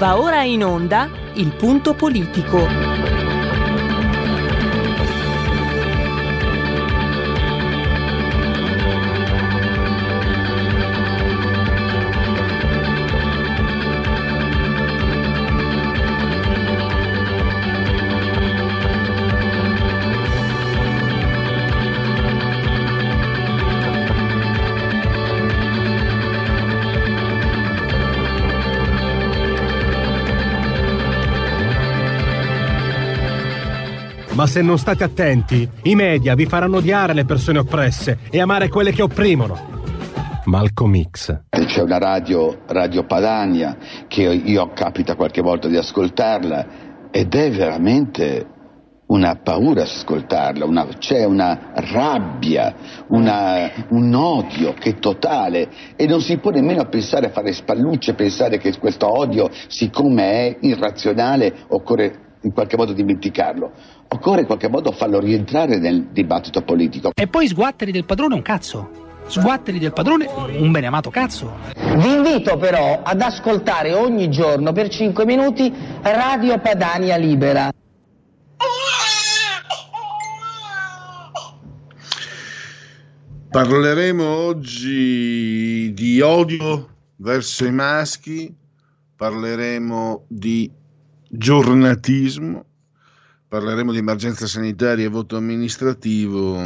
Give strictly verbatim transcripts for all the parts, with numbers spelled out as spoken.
Va ora in onda Il Punto Politico. Ma se non state attenti, i media vi faranno odiare le persone oppresse e amare quelle che opprimono. Malcolm X. C'è una radio, Radio Padania, che io capita qualche volta di ascoltarla ed è veramente una paura ascoltarla, una, c'è una rabbia, una, un odio che è totale e non si può nemmeno pensare a fare spallucce, pensare che questo odio, siccome è irrazionale, occorre in qualche modo dimenticarlo, occorre in qualche modo farlo rientrare nel dibattito politico. E poi sguatteri del padrone un cazzo, sguatteri del padrone un beneamato cazzo. Vi invito però ad ascoltare ogni giorno per cinque minuti Radio Padania Libera. Parleremo oggi di odio verso i maschi, parleremo di giornatismo, parleremo di emergenza sanitaria e voto amministrativo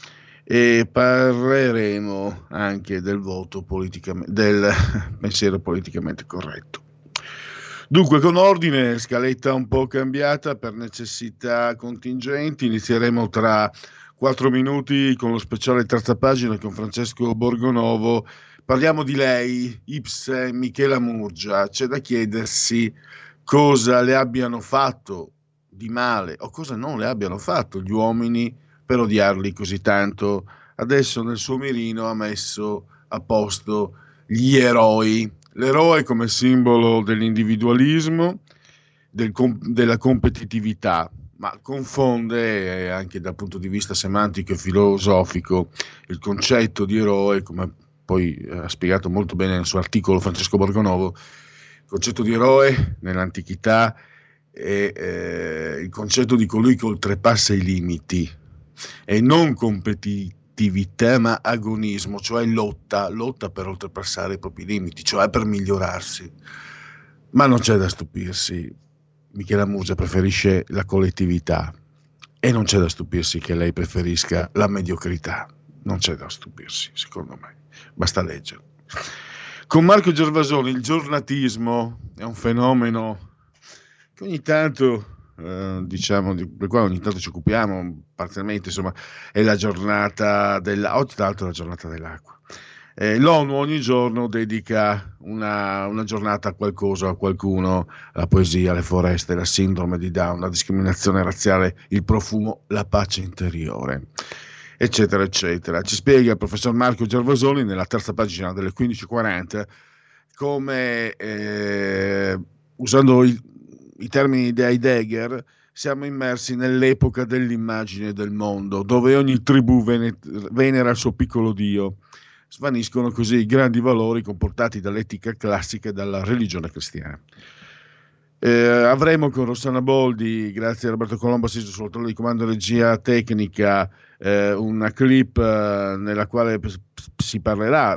e parleremo anche del voto politicamente, del pensiero politicamente corretto. Dunque, con ordine, scaletta un po' cambiata per necessità contingenti, inizieremo tra quattro minuti con lo speciale terza pagina con Francesco Borgonovo. Parliamo di lei, ipse Michela Murgia. C'è da chiedersi cosa le abbiano fatto di male o cosa non le abbiano fatto gli uomini per odiarli così tanto. Adesso nel suo mirino ha messo a posto gli eroi. L'eroe come simbolo dell'individualismo, del com- della competitività, ma confonde anche dal punto di vista semantico e filosofico il concetto di eroe, come poi ha spiegato molto bene nel suo articolo Francesco Borgonovo. Il concetto di eroe nell'antichità è eh, il concetto di colui che oltrepassa i limiti, e non competitività ma agonismo, cioè lotta, lotta per oltrepassare i propri limiti, cioè per migliorarsi. Ma non c'è da stupirsi, Michela Murgia preferisce la collettività e non c'è da stupirsi che lei preferisca la mediocrità, non c'è da stupirsi, secondo me, basta leggere. Con Marco Gervasoni il giornatismo è un fenomeno che ogni tanto, eh, diciamo, del quale ogni tanto ci occupiamo parzialmente, insomma, è la giornata della, oggi tra l'altro è la giornata dell'acqua. Eh, L'ONU ogni giorno dedica una, una giornata a qualcosa, a qualcuno, la poesia, le foreste, la sindrome di Down, la discriminazione razziale, il profumo, la pace interiore, eccetera, eccetera. Ci spiega il professor Marco Gervasoni nella terza pagina delle quindici e quaranta come, eh, usando i, i termini di Heidegger, siamo immersi nell'epoca dell'immagine del mondo, dove ogni tribù vene, venera il suo piccolo dio. Svaniscono così i grandi valori comportati dall'etica classica e dalla religione cristiana. Eh, avremo con Rossana Boldi, grazie a Roberto Colombo, assiso sul controllo di comando e regia tecnica, eh, una clip eh, nella quale p- si parlerà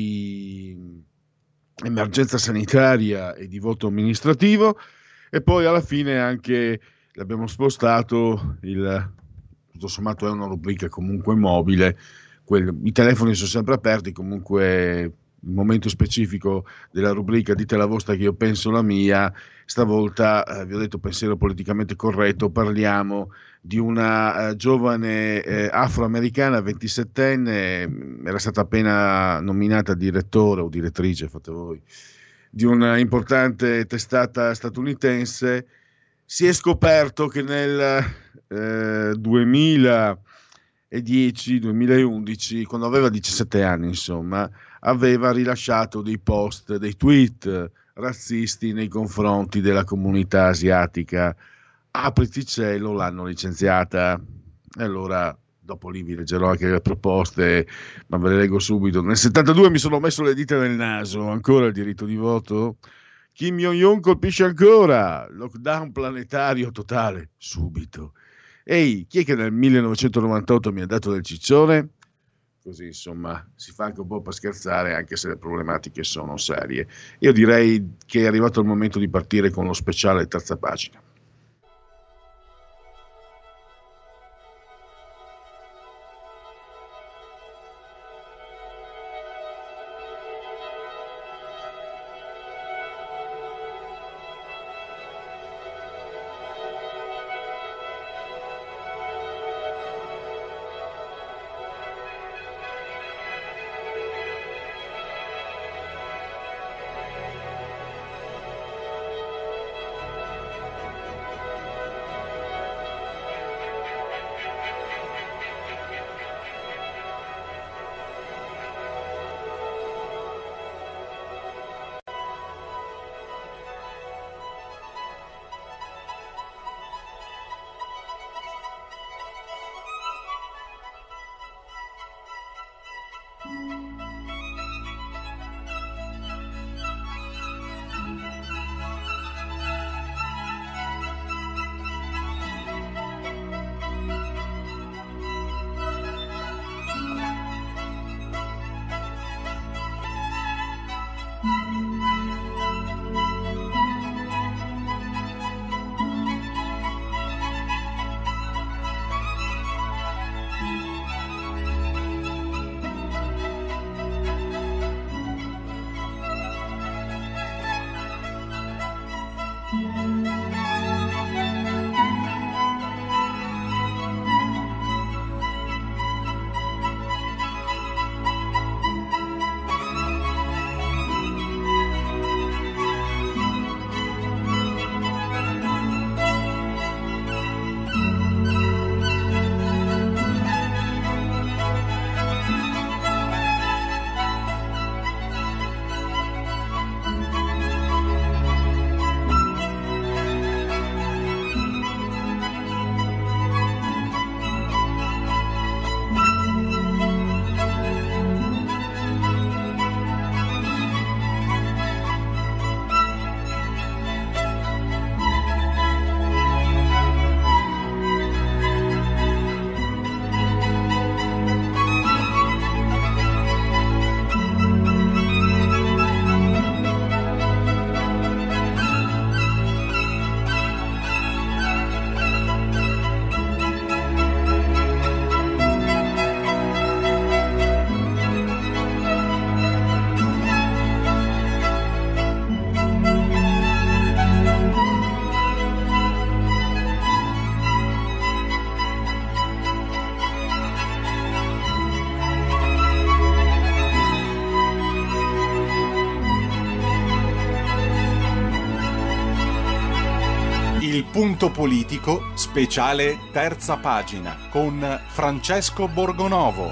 di emergenza sanitaria e di voto amministrativo, e poi alla fine anche l'abbiamo spostato, il, tutto sommato è una rubrica comunque mobile. I telefoni sono sempre aperti, comunque il momento specifico della rubrica dite la vostra che io penso la mia, stavolta eh, vi ho detto pensiero politicamente corretto, parliamo di una eh, giovane eh, afroamericana ventisettenne, era stata appena nominata direttore o direttrice, fate voi, di una importante testata statunitense. Si è scoperto che nel eh, duemila duemiladieci duemilaundici, quando aveva diciassette anni, insomma, aveva rilasciato dei post, dei tweet razzisti nei confronti della comunità asiatica. Apriti cielo, l'hanno licenziata. E allora, dopo lì vi leggerò anche le proposte, ma ve le leggo subito. Nel settantadue mi sono messo le dita nel naso, ancora il diritto di voto? Kim Jong-un colpisce ancora, lockdown planetario totale, subito. Ehi, chi è che nel millenovecentonovantotto mi ha dato del ciccione? Così, insomma, si fa anche un po' per scherzare, anche se le problematiche sono serie. Io direi che è arrivato il momento di partire con lo speciale terza pagina. Il punto politico, speciale terza pagina, con Francesco Borgonovo.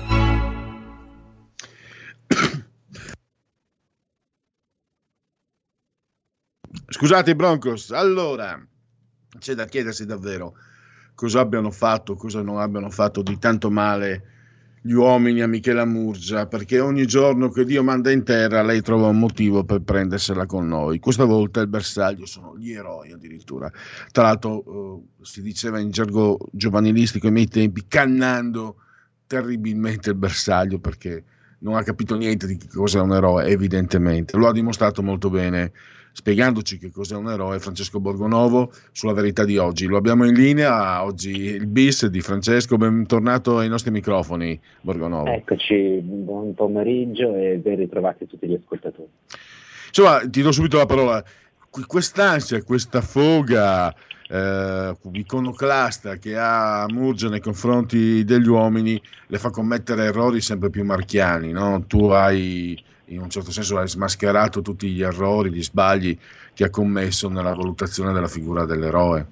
Scusate i Broncos, allora c'è da chiedersi davvero cosa abbiano fatto, cosa non abbiano fatto di tanto male gli uomini a Michela Murgia, perché ogni giorno che Dio manda in terra lei trova un motivo per prendersela con noi. Questa volta il bersaglio sono gli eroi addirittura. Tra l'altro eh, si diceva in gergo giovanilistico ai miei tempi, cannando terribilmente il bersaglio, perché non ha capito niente di che cosa è un eroe, evidentemente. Lo ha dimostrato molto bene spiegandoci che cos'è un eroe Francesco Borgonovo sulla Verità di oggi. Lo abbiamo in linea oggi, il bis di Francesco. Bentornato ai nostri microfoni, Borgonovo. Eccoci, buon pomeriggio e ben ritrovati tutti gli ascoltatori. Insomma, ti do subito la parola. Quest'ansia, questa foga eh, iconoclasta che ha Murgia nei confronti degli uomini le fa commettere errori sempre più marchiani, no? Tu hai, in un certo senso, hai smascherato tutti gli errori, gli sbagli che ha commesso nella valutazione della figura dell'eroe.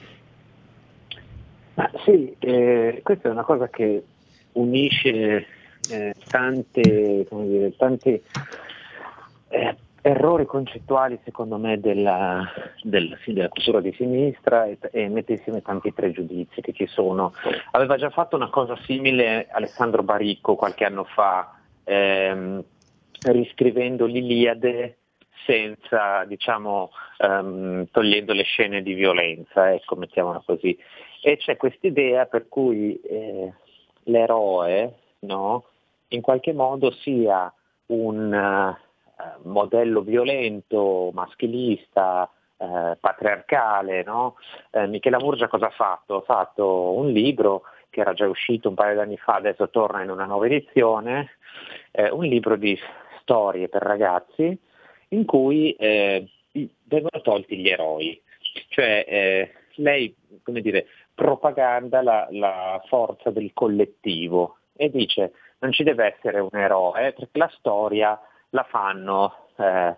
Ma sì, eh, questa è una cosa che unisce eh, tante, come dire, tanti eh, errori concettuali, secondo me, della, della, sì, della cultura di sinistra e, e mette insieme tanti pregiudizi che ci sono. Aveva già fatto una cosa simile Alessandro Baricco qualche anno fa, ehm, riscrivendo l'Iliade senza, diciamo, um, togliendo le scene di violenza, ecco, mettiamola così. E c'è quest'idea per cui eh, l'eroe, no, in qualche modo sia un uh, modello violento, maschilista, uh, patriarcale, no? Eh, Michela Murgia cosa ha fatto? Ha fatto un libro che era già uscito un paio di anni fa, adesso torna in una nuova edizione, eh, un libro di storie per ragazzi in cui eh, vengono tolti gli eroi, cioè eh, lei, come dire, propaganda la, la forza del collettivo e dice non ci deve essere un eroe perché la storia la fanno eh,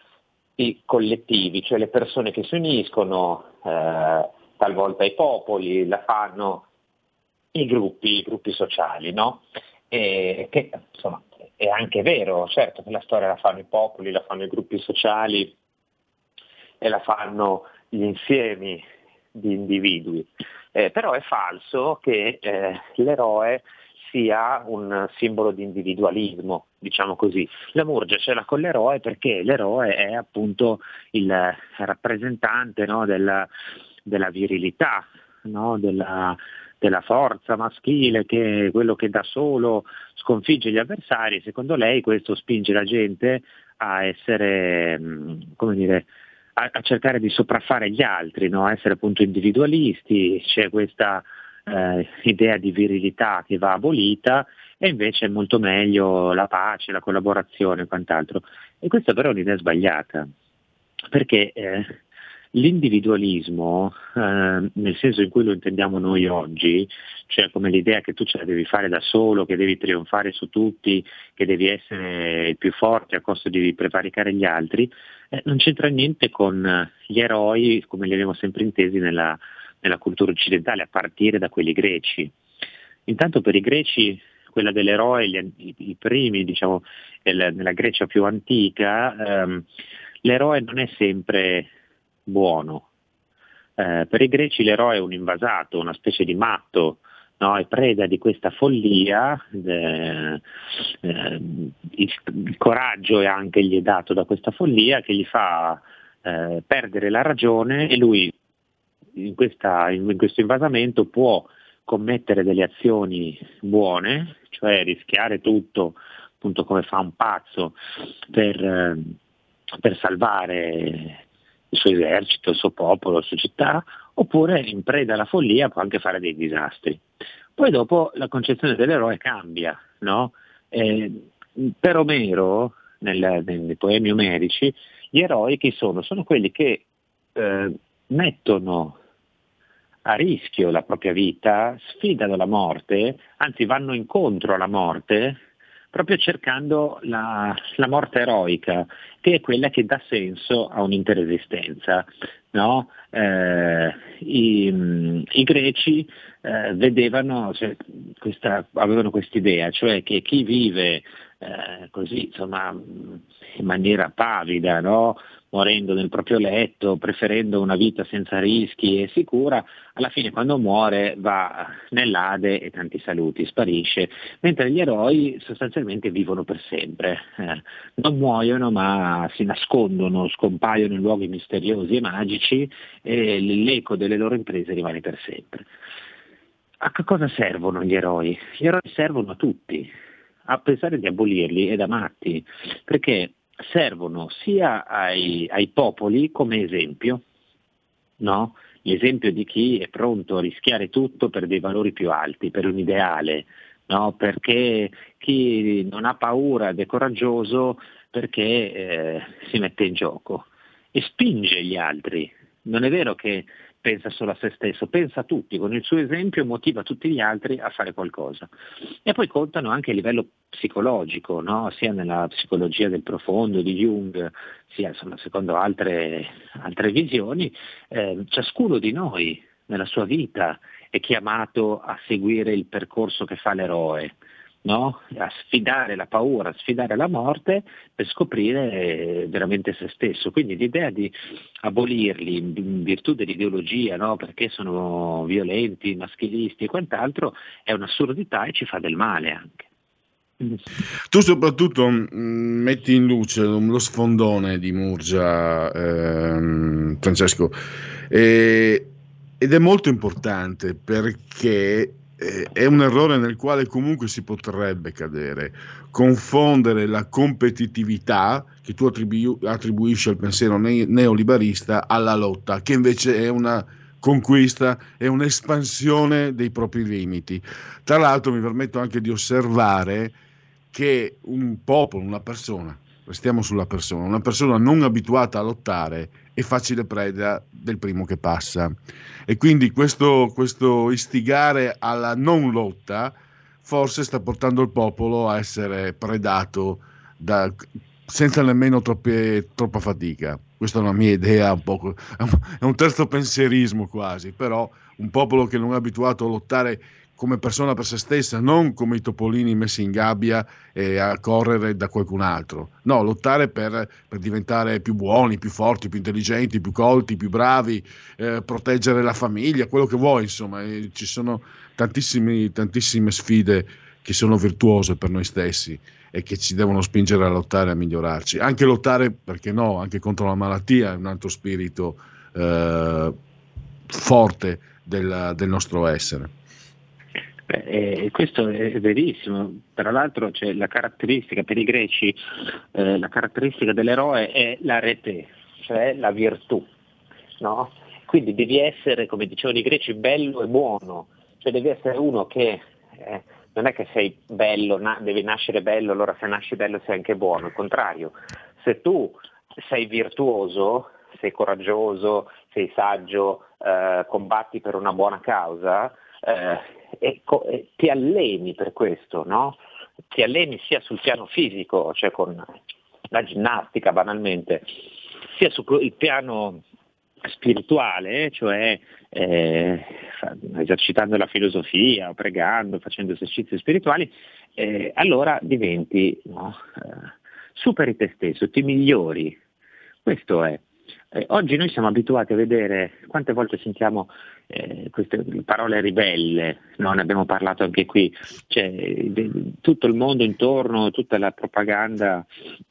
i collettivi, cioè le persone che si uniscono, eh, talvolta i popoli, la fanno i gruppi, i gruppi sociali, no? E che insomma è anche vero, certo che la storia la fanno i popoli, la fanno i gruppi sociali e la fanno gli insiemi di individui, eh, però è falso che eh, l'eroe sia un simbolo di individualismo, diciamo così. La Murgia ce l'ha con l'eroe perché l'eroe è appunto il rappresentante, no, della, della virilità, no, della, della forza maschile, che è quello che da solo sconfigge gli avversari. Secondo lei questo spinge la gente a essere, come dire, a, a cercare di sopraffare gli altri, no? A essere appunto individualisti. C'è questa eh, idea di virilità che va abolita e invece è molto meglio la pace, la collaborazione e quant'altro. E questa però è un'idea sbagliata, perché eh, l'individualismo, eh, nel senso in cui lo intendiamo noi oggi, cioè come l'idea che tu ce la devi fare da solo, che devi trionfare su tutti, che devi essere il più forte a costo di prevaricare gli altri, eh, non c'entra niente con gli eroi come li abbiamo sempre intesi nella, nella cultura occidentale, a partire da quelli greci. Intanto per i greci quella dell'eroe, gli, i, i primi, diciamo, el, nella Grecia più antica, ehm, l'eroe non è sempre buono. Eh, per i greci l'eroe è un invasato, una specie di matto, no? È preda di questa follia, eh, eh, il, il coraggio è anche gli è dato da questa follia che gli fa eh, perdere la ragione e lui in, questa, in questo invasamento può commettere delle azioni buone, cioè rischiare tutto, appunto come fa un pazzo, per, eh, per salvare il suo esercito, il suo popolo, la sua città, oppure in preda alla follia può anche fare dei disastri. Poi dopo la concezione dell'eroe cambia, no? Eh, per Omero, nel, nei poemi omerici, gli eroi chi sono? Sono quelli che eh, mettono a rischio la propria vita, sfidano la morte, anzi vanno incontro alla morte, proprio cercando la, la morte eroica, che è quella che dà senso a un'intera esistenza. No? Eh, i, i greci eh, vedevano, cioè, questa, avevano quest'idea, cioè che chi vive eh, così, insomma, in maniera pavida, no? Morendo nel proprio letto, preferendo una vita senza rischi e sicura, alla fine quando muore va nell'Ade e tanti saluti, sparisce, mentre gli eroi sostanzialmente vivono per sempre, eh, non muoiono ma si nascondono, scompaiono in luoghi misteriosi e magici e l'eco delle loro imprese rimane per sempre. A che cosa servono gli eroi? Gli eroi servono a tutti, a pensare di abolirli è da matti, perché servono sia ai, ai popoli come esempio, no? L'esempio di chi è pronto a rischiare tutto per dei valori più alti, per un ideale, no? Perché chi non ha paura ed è coraggioso perché eh, si mette in gioco e spinge gli altri. Non è vero che pensa solo a se stesso, pensa a tutti, con il suo esempio motiva tutti gli altri a fare qualcosa. E poi contano anche a livello psicologico, no? Sia nella psicologia del profondo di Jung, sia insomma, secondo altre, altre visioni, eh, ciascuno di noi nella sua vita è chiamato a seguire il percorso che fa l'eroe, no? A sfidare la paura, a sfidare la morte per scoprire veramente se stesso. Quindi l'idea di abolirli in virtù dell'ideologia, no? Perché sono violenti, maschilisti e quant'altro, è un'assurdità e ci fa del male anche. Tu soprattutto mh, metti in luce lo sfondone di Murgia, ehm, Francesco, e, ed è molto importante perché eh, è un errore nel quale comunque si potrebbe cadere, confondere la competitività che tu attribu- attribuisci al pensiero ne- neoliberista alla lotta, che invece è una conquista, è un'espansione dei propri limiti. Tra l'altro mi permetto anche di osservare che un popolo, una persona, restiamo sulla persona, una persona non abituata a lottare è facile preda del primo che passa, e quindi questo, questo istigare alla non lotta forse sta portando il popolo a essere predato da, senza nemmeno troppe, troppa fatica. Questa è una mia idea, un po', è un terzo pensierismo quasi, però un popolo che non è abituato a lottare come persona per se stessa, non come i topolini messi in gabbia e a correre da qualcun altro. No, lottare per, per diventare più buoni, più forti, più intelligenti, più colti, più bravi, eh, proteggere la famiglia, quello che vuoi, insomma. E ci sono tantissimi, tantissime sfide che sono virtuose per noi stessi e che ci devono spingere a lottare, a migliorarci. Anche lottare, perché no, anche contro la malattia è un altro spirito eh, forte del, del nostro essere. Eh, questo è verissimo. Tra l'altro c'è la caratteristica per i greci, eh, la caratteristica dell'eroe è l'arete, cioè la virtù, no? Quindi devi essere, come dicevano i greci, bello e buono, cioè devi essere uno che eh, non è che sei bello, na- devi nascere bello, allora se nasci bello sei anche buono, il contrario, se tu sei virtuoso, sei coraggioso, sei saggio, eh, combatti per una buona causa, eh, E, co- e ti alleni per questo, no? Ti alleni sia sul piano fisico, cioè con la ginnastica banalmente, sia sul piano spirituale, cioè eh, esercitando la filosofia, o pregando, facendo esercizi spirituali, eh, allora diventi, no? eh, superi te stesso, ti migliori. Questo è. Eh, oggi noi siamo abituati a vedere, quante volte sentiamo eh, queste parole ribelle, no? Ne abbiamo parlato anche qui, cioè, de, tutto il mondo intorno, tutta la propaganda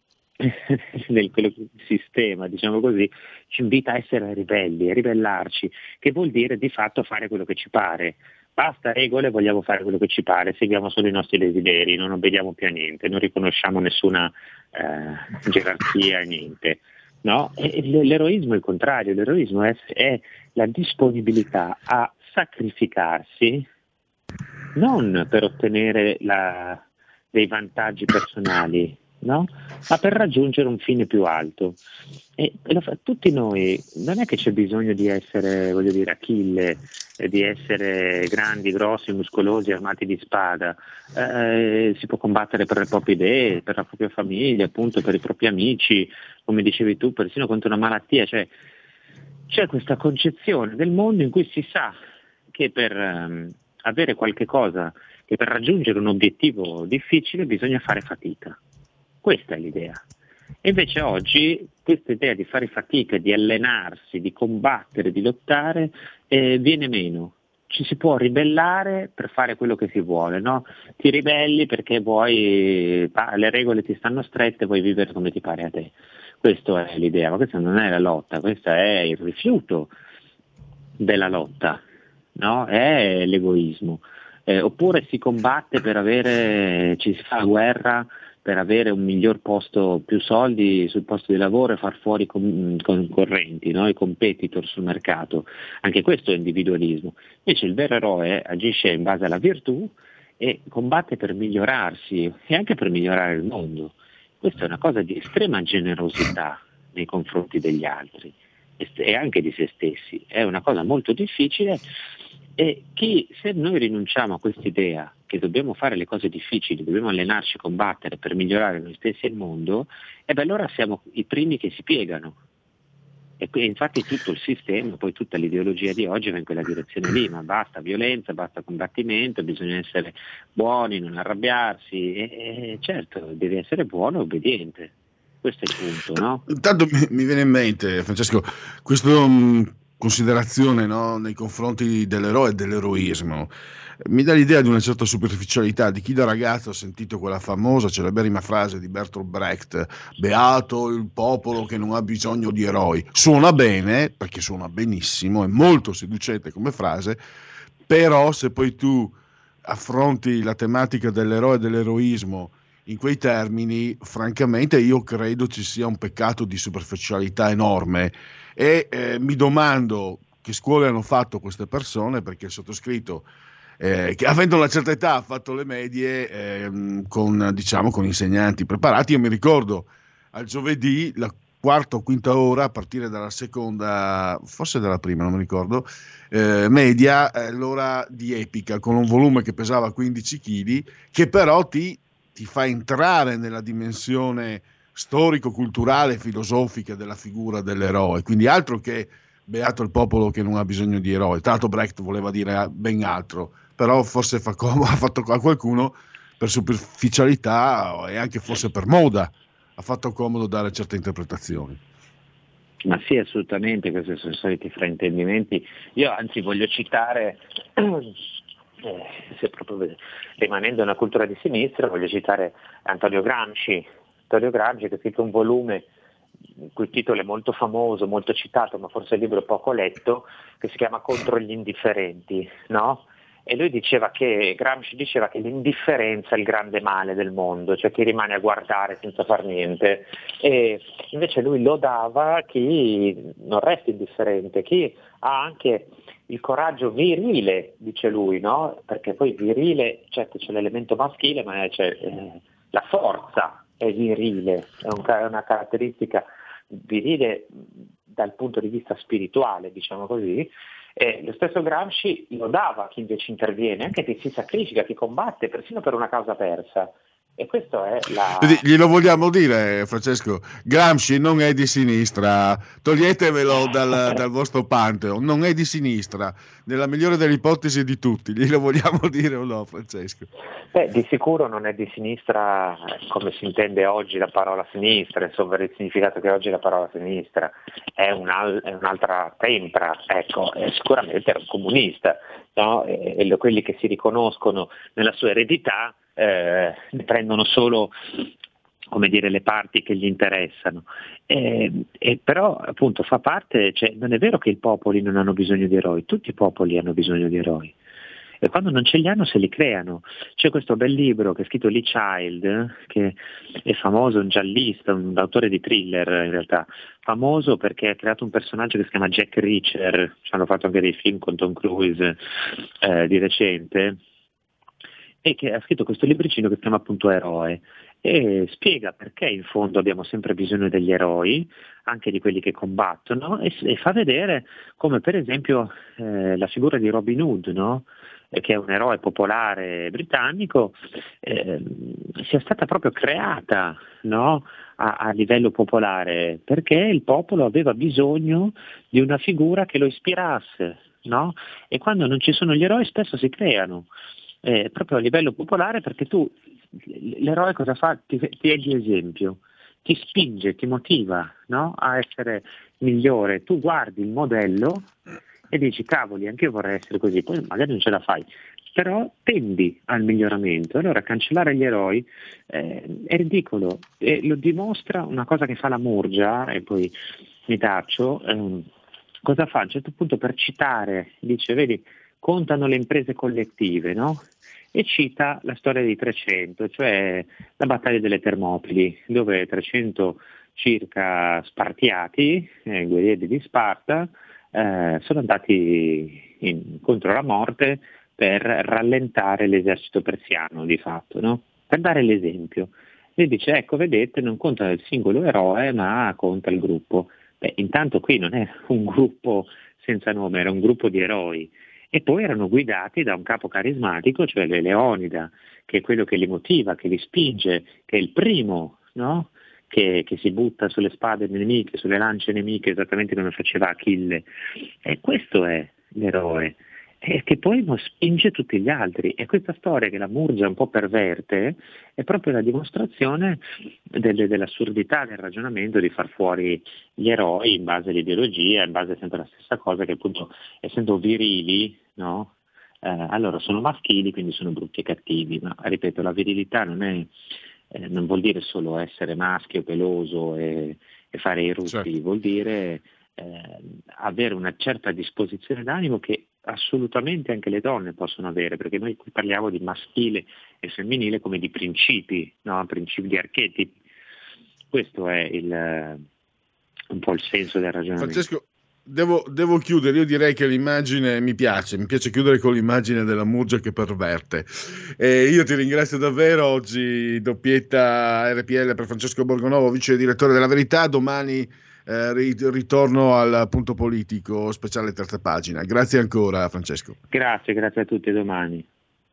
del quello, sistema, diciamo così, ci invita a essere ribelli, a ribellarci, che vuol dire di fatto fare quello che ci pare. Basta regole, vogliamo fare quello che ci pare, seguiamo solo i nostri desideri, non obbediamo più a niente, non riconosciamo nessuna eh, gerarchia, niente. No? E l'eroismo è il contrario, l'eroismo è, è la disponibilità a sacrificarsi non per ottenere la, dei vantaggi personali, no? Ma per raggiungere un fine più alto. E, e lo fa, tutti noi, non è che c'è bisogno di essere, voglio dire, Achille, eh, di essere grandi, grossi, muscolosi, armati di spada. Eh, si può combattere per le proprie idee, per la propria famiglia, appunto, per i propri amici, come dicevi tu, persino contro una malattia. Cioè, c'è questa concezione del mondo in cui si sa che per um, avere qualche cosa, che per raggiungere un obiettivo difficile bisogna fare fatica. Questa è l'idea. E invece oggi questa idea di fare fatica, di allenarsi, di combattere, di lottare, eh, viene meno. Ci si può ribellare per fare quello che si vuole, no? Ti ribelli perché vuoi, ah, le regole ti stanno strette, vuoi vivere come ti pare a te. Questa è l'idea, ma questa non è la lotta, questa è il rifiuto della lotta, no? È l'egoismo. Eh, oppure si combatte per avere, ci si fa la guerra per avere un miglior posto, più soldi sul posto di lavoro e far fuori i con, concorrenti, no? I competitor sul mercato. Anche questo è individualismo. Invece il vero eroe agisce in base alla virtù e combatte per migliorarsi e anche per migliorare il mondo. Questa è una cosa di estrema generosità nei confronti degli altri e anche di se stessi. È una cosa molto difficile e che, se noi rinunciamo a quest'idea che dobbiamo fare le cose difficili, dobbiamo allenarci, combattere per migliorare noi stessi e il mondo, e beh, allora siamo i primi che si piegano. E infatti tutto il sistema, poi tutta l'ideologia di oggi va in quella direzione lì, ma basta violenza, basta combattimento, bisogna essere buoni, non arrabbiarsi, e, e certo, devi essere buono e obbediente. Questo è il punto, no? Intanto mi, mi viene in mente, Francesco, questo mh, considerazione, no, nei confronti dell'eroe e dell'eroismo. Mi dà l'idea di una certa superficialità di chi da ragazzo ha sentito quella famosa, celeberrima frase di Bertolt Brecht: beato il popolo che non ha bisogno di eroi. Suona bene, perché suona benissimo, è molto seducente come frase, però se poi tu affronti la tematica dell'eroe e dell'eroismo in quei termini, francamente io credo ci sia un peccato di superficialità enorme, e eh, mi domando che scuole hanno fatto queste persone, perché il sottoscritto, eh, che avendo una certa età ha fatto le medie eh, con, diciamo, con insegnanti preparati. Io mi ricordo al giovedì la quarta o quinta ora, a partire dalla seconda, forse dalla prima, non mi ricordo, eh, media, eh, l'ora di epica, con un volume che pesava quindici chili, che però ti, ti fa entrare nella dimensione storico-culturale e filosofica della figura dell'eroe. Quindi altro che beato il popolo che non ha bisogno di eroi. Tra l'altro Brecht voleva dire ben altro, però forse fa com- ha fatto a qualcuno, per superficialità e anche forse per moda, ha fatto comodo dare certe interpretazioni. Ma sì, assolutamente, questi sono i soliti fraintendimenti. Io anzi voglio citare, eh, se proprio rimanendo nella cultura di sinistra, voglio citare Antonio Gramsci, Antonio Gramsci che ha scritto un volume il cui titolo è molto famoso, molto citato, ma forse il libro è poco letto, che si chiama Contro gli indifferenti, no? E lui diceva che, Gramsci diceva che l'indifferenza è il grande male del mondo, cioè chi rimane a guardare senza far niente, e invece lui lodava chi non resta indifferente, chi ha anche il coraggio virile, dice lui, no? Perché poi virile, certo c'è l'elemento maschile, ma c'è eh, la forza è virile, è, un, è una caratteristica virile dal punto di vista spirituale, diciamo così. E lo stesso Gramsci lodava chi invece interviene, anche chi si sacrifica, chi combatte, persino per una causa persa. E questo è la... Glielo vogliamo dire, Francesco, Gramsci non è di sinistra, toglietevelo dal, dal vostro pantheon, non è di sinistra, nella migliore delle ipotesi di tutti, glielo vogliamo dire o no, Francesco? Beh, di sicuro non è di sinistra come si intende oggi la parola sinistra, insomma il significato che oggi la parola sinistra è, un, è un'altra tempra, ecco, è sicuramente era un comunista, no? E, e quelli che si riconoscono nella sua eredità Eh, ne prendono solo, come dire, le parti che gli interessano, e, e però appunto fa parte, cioè, non è vero che i popoli non hanno bisogno di eroi, tutti i popoli hanno bisogno di eroi, e quando non ce li hanno se li creano. C'è questo bel libro che ha scritto Lee Child, che è famoso, un giallista, un autore di thriller in realtà, famoso perché ha creato un personaggio che si chiama Jack Reacher, ci hanno fatto anche dei film con Tom Cruise eh, di recente, e che ha scritto questo libricino che si chiama appunto Eroe, e spiega perché in fondo abbiamo sempre bisogno degli eroi, anche di quelli che combattono, e, e fa vedere come per esempio eh, la figura di Robin Hood, no? eh, che è un eroe popolare britannico, eh, sia stata proprio creata, no? a, a livello popolare, perché il popolo aveva bisogno di una figura che lo ispirasse, no? E quando non ci sono gli eroi spesso si creano. Eh, proprio a livello popolare, perché tu l'eroe cosa fa? Ti, ti è di esempio, ti spinge, ti motiva, no? a essere migliore. Tu guardi il modello e dici cavoli, anche io vorrei essere così, poi magari non ce la fai, però tendi al miglioramento. Allora cancellare gli eroi eh, è ridicolo, e lo dimostra una cosa che fa la Murgia, e poi mi taccio, ehm, cosa fa? A un certo punto, per citare, dice vedi, contano le imprese collettive, no? E cita la storia dei trecento, cioè la battaglia delle Termopili, dove trecento circa spartiati, eh, guerrieri di Sparta, eh, sono andati in, contro la morte per rallentare l'esercito persiano, di fatto, no? Per dare l'esempio. E dice, ecco, vedete, non conta il singolo eroe, ma conta il gruppo. Beh, intanto qui non è un gruppo senza nome, era un gruppo di eroi. E poi erano guidati da un capo carismatico, cioè Leonida, che è quello che li motiva, che li spinge, che è il primo, no? che, che si butta sulle spade nemiche, sulle lance nemiche, esattamente come faceva Achille. E questo è l'eroe. e che poi non spinge tutti gli altri. E questa storia che la Murgia un po' perverte è proprio la dimostrazione delle, dell'assurdità del ragionamento di far fuori gli eroi in base all'ideologia, in base sempre alla stessa cosa, che appunto essendo virili, no? Eh, allora sono maschili, quindi sono brutti e cattivi, ma ripeto, la virilità non è eh, non vuol dire solo essere maschio, peloso e, e fare i rutti, certo. Vuol dire eh, avere una certa disposizione d'animo che assolutamente anche le donne possono avere, perché noi qui parliamo di maschile e femminile come di principi, no? Principi di archetipi. Questo è il, un po' il senso del ragionamento. Francesco, devo, devo chiudere. Io direi che l'immagine mi piace, mi piace chiudere con l'immagine della Murgia che perverte. E io ti ringrazio davvero. Oggi doppietta R P L per Francesco Borgonovo, vice direttore della Verità. Domani Eh, ritorno al punto politico speciale terza pagina. Grazie ancora Francesco. Grazie, grazie a tutti, domani.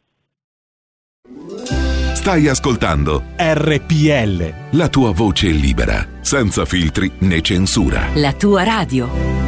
Stai ascoltando R P L, la tua voce libera, senza filtri né censura. La tua radio.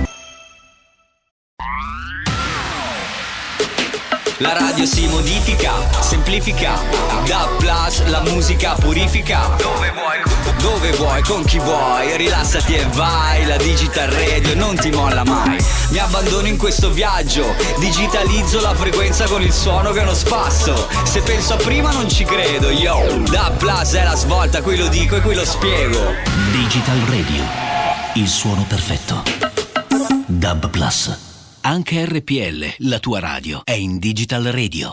La radio si modifica, semplifica, da plus la musica purifica. Dove vuoi, dove vuoi, con chi vuoi, rilassati e vai. La Digital Radio non ti molla mai. Mi abbandono in questo viaggio, digitalizzo la frequenza con il suono che è uno spasso. Se penso a prima non ci credo, yo. Da plus è la svolta, qui lo dico e qui lo spiego. Digital Radio, il suono perfetto. Dub Plus. Anche R P L, la tua radio, è in Digital Radio.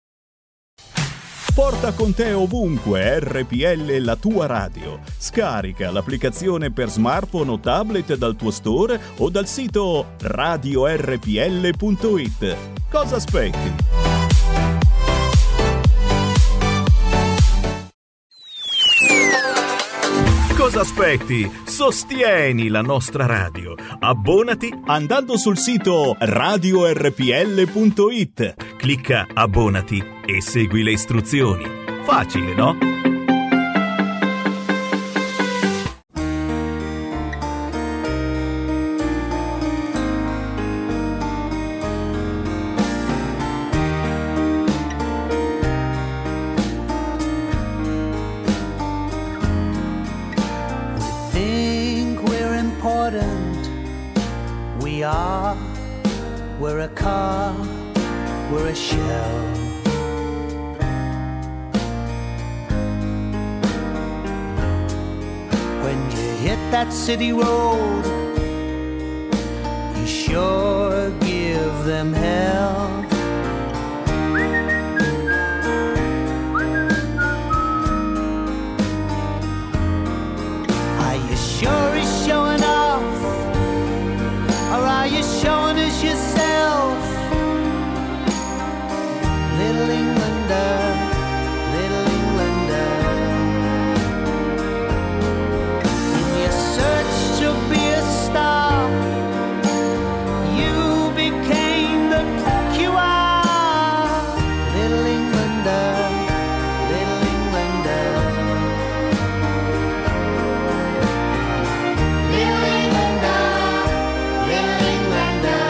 Porta con te ovunque R P L, la tua radio. Scarica l'applicazione per smartphone o tablet dal tuo store o dal sito radio r p l punto i t. Cosa aspetti? Cosa aspetti? Sostieni la nostra radio. Abbonati andando sul sito radio r p l punto i t. Clicca abbonati e segui le istruzioni. Facile, no? We're a car, we're a shell. When you hit that city road, you sure give them hell. Are you sure he's showing off, or are you showing us yourself? Little Englander, little Englander, in your search to be a star, you became the cook you are. Little Englander, little Englander, little Englander, little Englander.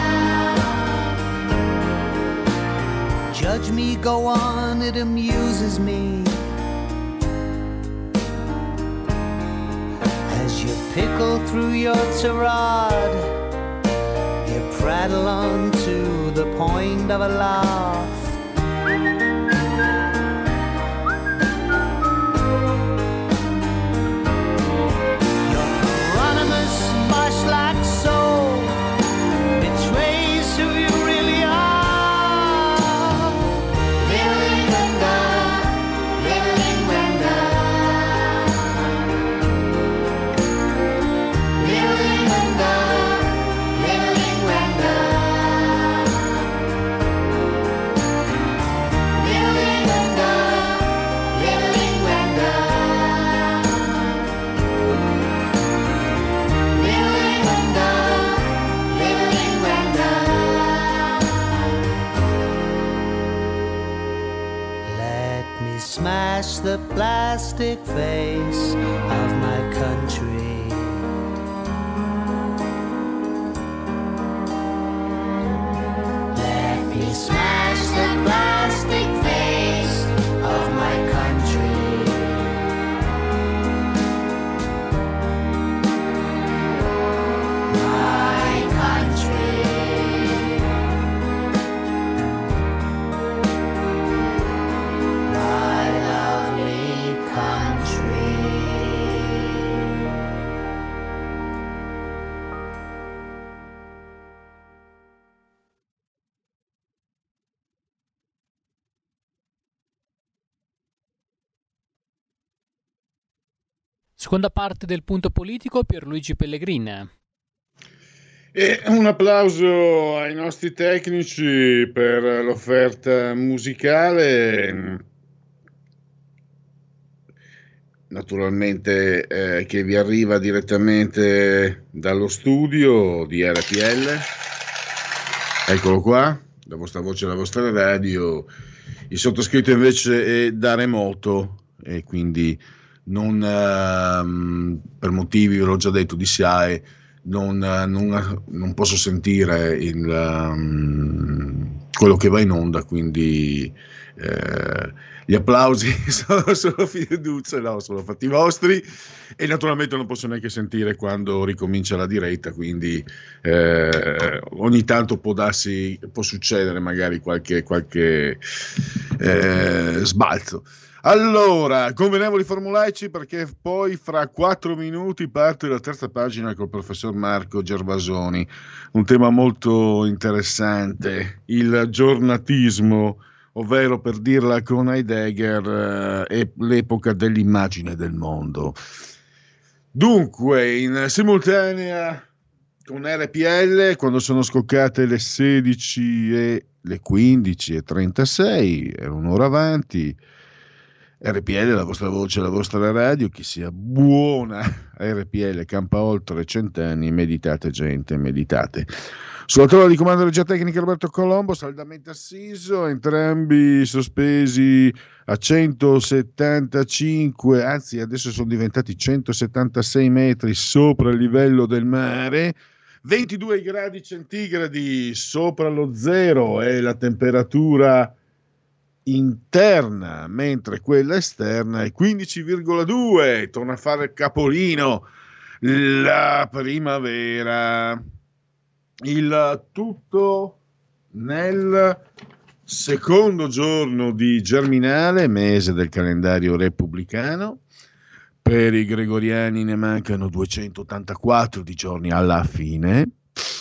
Judge me, go on, it amuses me as you pickle through your tirade, you prattle on to the point of a laugh. Your Hieronymus marsh like soul betrays who you really are. Smash the plastic face of my country. Let Seconda parte del punto politico, Pierluigi Pellegrin. E un applauso ai nostri tecnici per l'offerta musicale, naturalmente eh, che vi arriva direttamente dallo studio di R P L. Eccolo qua, la vostra voce, la vostra radio. Il sottoscritto invece è da remoto e quindi non uh, per motivi, ve l'ho già detto, di S I A E non, uh, non, non posso sentire il, um, quello che va in onda, quindi uh, gli applausi sono solo fiducia, no, sono fatti vostri, e naturalmente non posso neanche sentire quando ricomincia la diretta, quindi eh, ogni tanto può darsi, può succedere magari qualche, qualche eh, sbalzo. Allora, convenevoli formulaici, perché poi fra quattro minuti parte la terza pagina col professor Marco Gervasoni, un tema molto interessante, il giornatismo, ovvero, per dirla con Heidegger, è l'epoca dell'immagine del mondo. Dunque, in simultanea con R P L, quando sono scoccate le sedici e le quindici e trentasei, è un'ora avanti, R P L, la vostra voce, la vostra radio, che sia buona. R P L campa oltre cent'anni, meditate gente, meditate. Sulla tavola di comando regia tecnica Roberto Colombo, saldamente assiso, entrambi sospesi a centosettantacinque, anzi adesso sono diventati centosettantasei metri sopra il livello del mare, ventidue gradi centigradi sopra lo zero è la temperatura interna, mentre quella esterna è quindici virgola due, torna a fare capolino la primavera. Il tutto nel secondo giorno di Germinale, mese del calendario repubblicano. Per i gregoriani ne mancano duecentottantaquattro di giorni alla fine.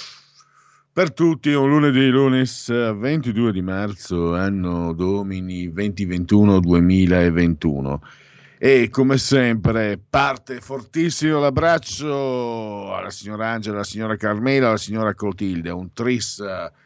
Per tutti un lunedì, lunes ventidue di marzo, anno domini duemilaventuno duemilaventuno. E come sempre parte fortissimo l'abbraccio alla signora Angela, alla signora Carmela, alla signora Clotilde, un tris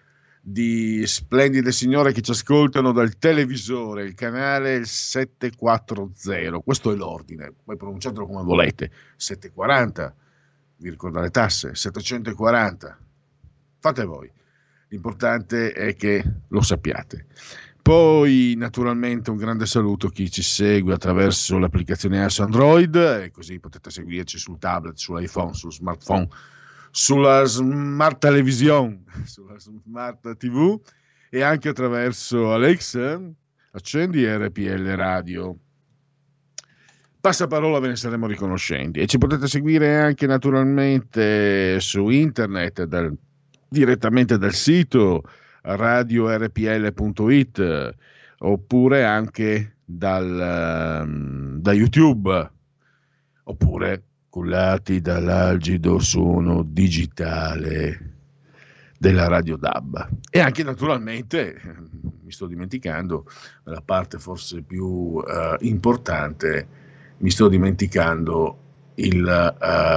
di splendide signore che ci ascoltano dal televisore, il canale settecentoquaranta, questo è l'ordine, poi pronunciatelo come volete, settecentoquaranta, vi ricordate le tasse, settecentoquaranta, fate voi, l'importante è che lo sappiate. Poi naturalmente un grande saluto a chi ci segue attraverso l'applicazione iOS Android, e così potete seguirci sul tablet, sull'iPhone, sullo smartphone, sulla smart television, sulla smart tivù, e anche attraverso Alexa. Accendi R P L Radio. Passaparola, ve ne saremo riconoscenti, e ci potete seguire anche naturalmente su internet dal, direttamente dal sito radio R P L punto it, oppure anche dal, da YouTube, oppure cullati dall'algido suono digitale della Radio D A B. E anche naturalmente, mi sto dimenticando la parte forse più uh, importante, mi sto dimenticando il,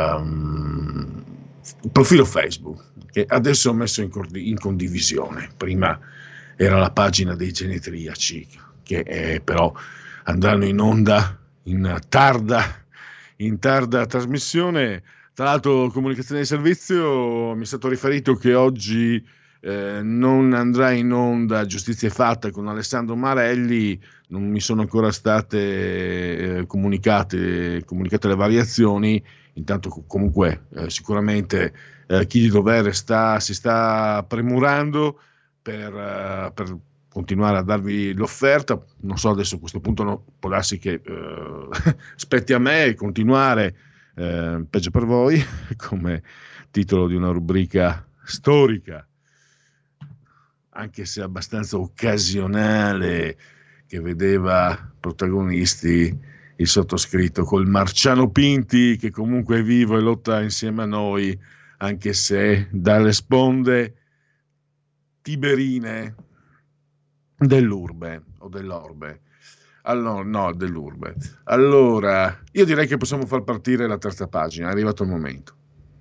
um, il profilo Facebook, che adesso ho messo in, in condivisione. Prima era la pagina dei genetriaci, che è, però andranno in onda in tarda, in tarda trasmissione. Tra l'altro, comunicazione di servizio, mi è stato riferito che oggi eh, non andrà in onda Giustizia Fatta con Alessandro Marelli, non mi sono ancora state eh, comunicate, comunicate le variazioni. Intanto comunque eh, sicuramente eh, chi di dovere sta, si sta premurando per, uh, per continuare a darvi l'offerta. Non so, adesso a questo punto no, può darsi che uh, spetti a me continuare, uh, peggio per voi, come titolo di una rubrica storica, anche se abbastanza occasionale, che vedeva protagonisti il sottoscritto col Marciano Pinti, che comunque è vivo e lotta insieme a noi, anche se dalle sponde tiberine dell'urbe o dell'orbe. Allora, no, dell'Urbe. Allora, io direi che possiamo far partire la terza pagina, è arrivato il momento.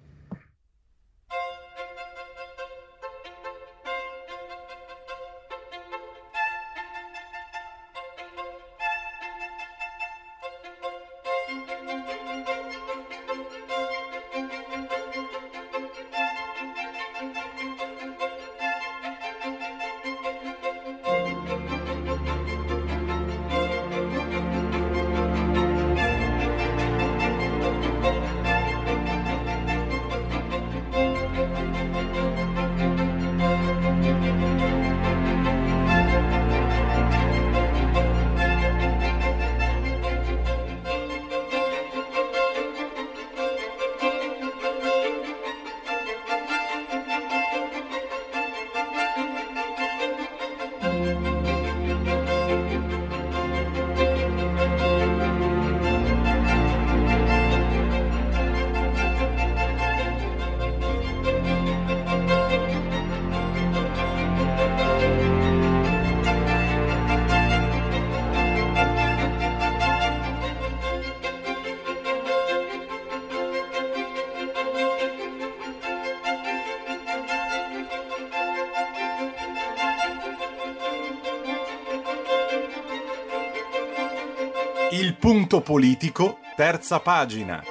Il punto politico, terza pagina.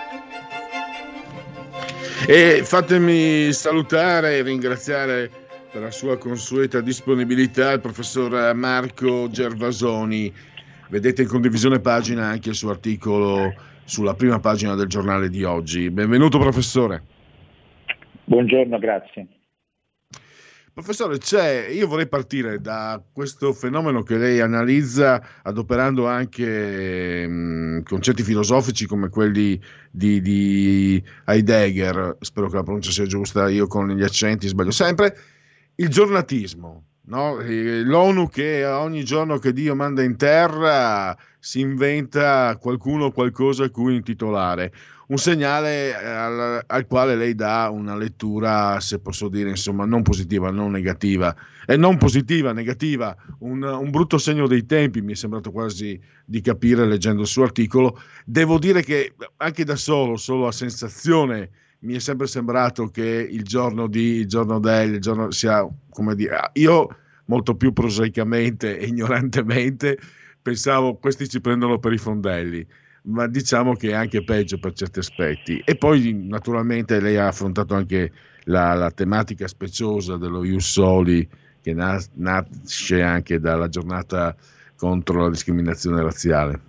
E fatemi salutare e ringraziare per la sua consueta disponibilità il professor Marco Gervasoni. Vedete in condivisione pagina anche il suo articolo sulla prima pagina del giornale di oggi. Benvenuto professore. Buongiorno, grazie. Professore, c'è, io vorrei partire da questo fenomeno che lei analizza adoperando anche mh, concetti filosofici come quelli di, di Heidegger, spero che la pronuncia sia giusta, io con gli accenti sbaglio sempre, il giornatismo, no? L'ONU che ogni giorno che Dio manda in terra si inventa qualcuno o qualcosa a cui intitolare. Un segnale al, al quale lei dà una lettura, se posso dire, insomma, non positiva, non negativa. E non positiva, negativa, un, un brutto segno dei tempi, mi è sembrato quasi di capire leggendo il suo articolo. Devo dire che anche da solo, solo a sensazione, mi è sempre sembrato che il giorno di, il giorno del, il giorno sia, come dire, io molto più prosaicamente e ignorantemente pensavo questi ci prendono per i fondelli. Ma diciamo che è anche peggio per certi aspetti. E poi naturalmente lei ha affrontato anche la, la tematica speciosa dello Ius Soli, che nas- nasce anche dalla giornata contro la discriminazione razziale.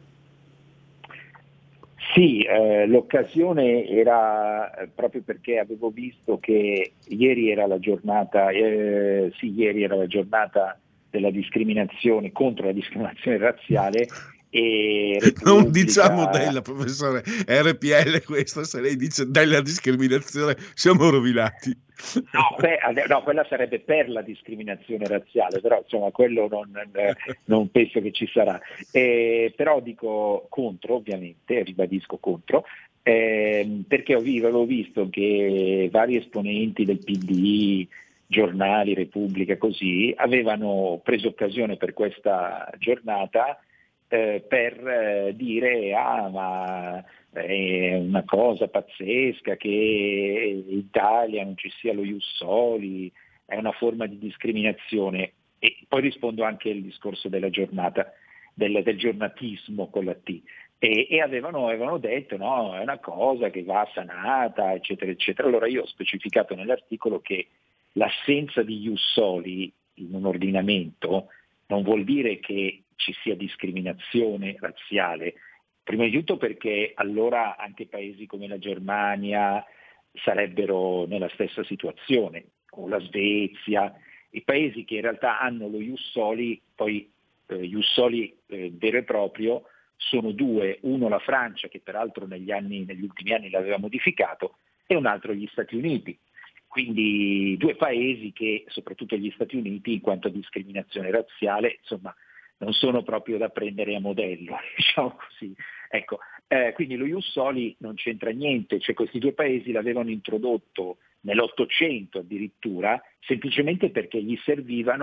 Sì, eh, l'occasione era proprio perché avevo visto che ieri era la giornata, eh, sì, ieri era la giornata della discriminazione, contro la discriminazione razziale. E non diciamo della, professore, R P L questo, se lei dice della discriminazione siamo rovinati. No, beh, no, quella sarebbe per la discriminazione razziale, però insomma quello non, non penso che ci sarà. Eh, però dico contro, ovviamente, ribadisco contro, eh, perché avevo visto che vari esponenti del P D I, giornali, Repubblica, così, avevano preso occasione per questa giornata Eh, per eh, dire ah ma è una cosa pazzesca che in Italia non ci sia lo Ius Soli, è una forma di discriminazione. E poi rispondo anche al discorso della giornata, del, del giornatismo con la T, e, e avevano, avevano detto no, è una cosa che va sanata, eccetera, eccetera. Allora io ho specificato nell'articolo che l'assenza di Ius Soli in un ordinamento non vuol dire che ci sia discriminazione razziale, prima di tutto perché allora anche paesi come la Germania sarebbero nella stessa situazione, o la Svezia, i paesi che in realtà hanno lo Ius Soli, poi eh, Ius Soli eh, vero e proprio, sono due, uno la Francia, che peraltro negli anni, negli ultimi anni l'aveva modificato, e un altro gli Stati Uniti. Quindi due paesi che, soprattutto gli Stati Uniti, in quanto a discriminazione razziale, insomma, non sono proprio da prendere a modello, diciamo così. Ecco, eh, quindi lo Ius Soli non c'entra niente, cioè questi due paesi l'avevano introdotto nell'Ottocento addirittura, semplicemente perché gli servivano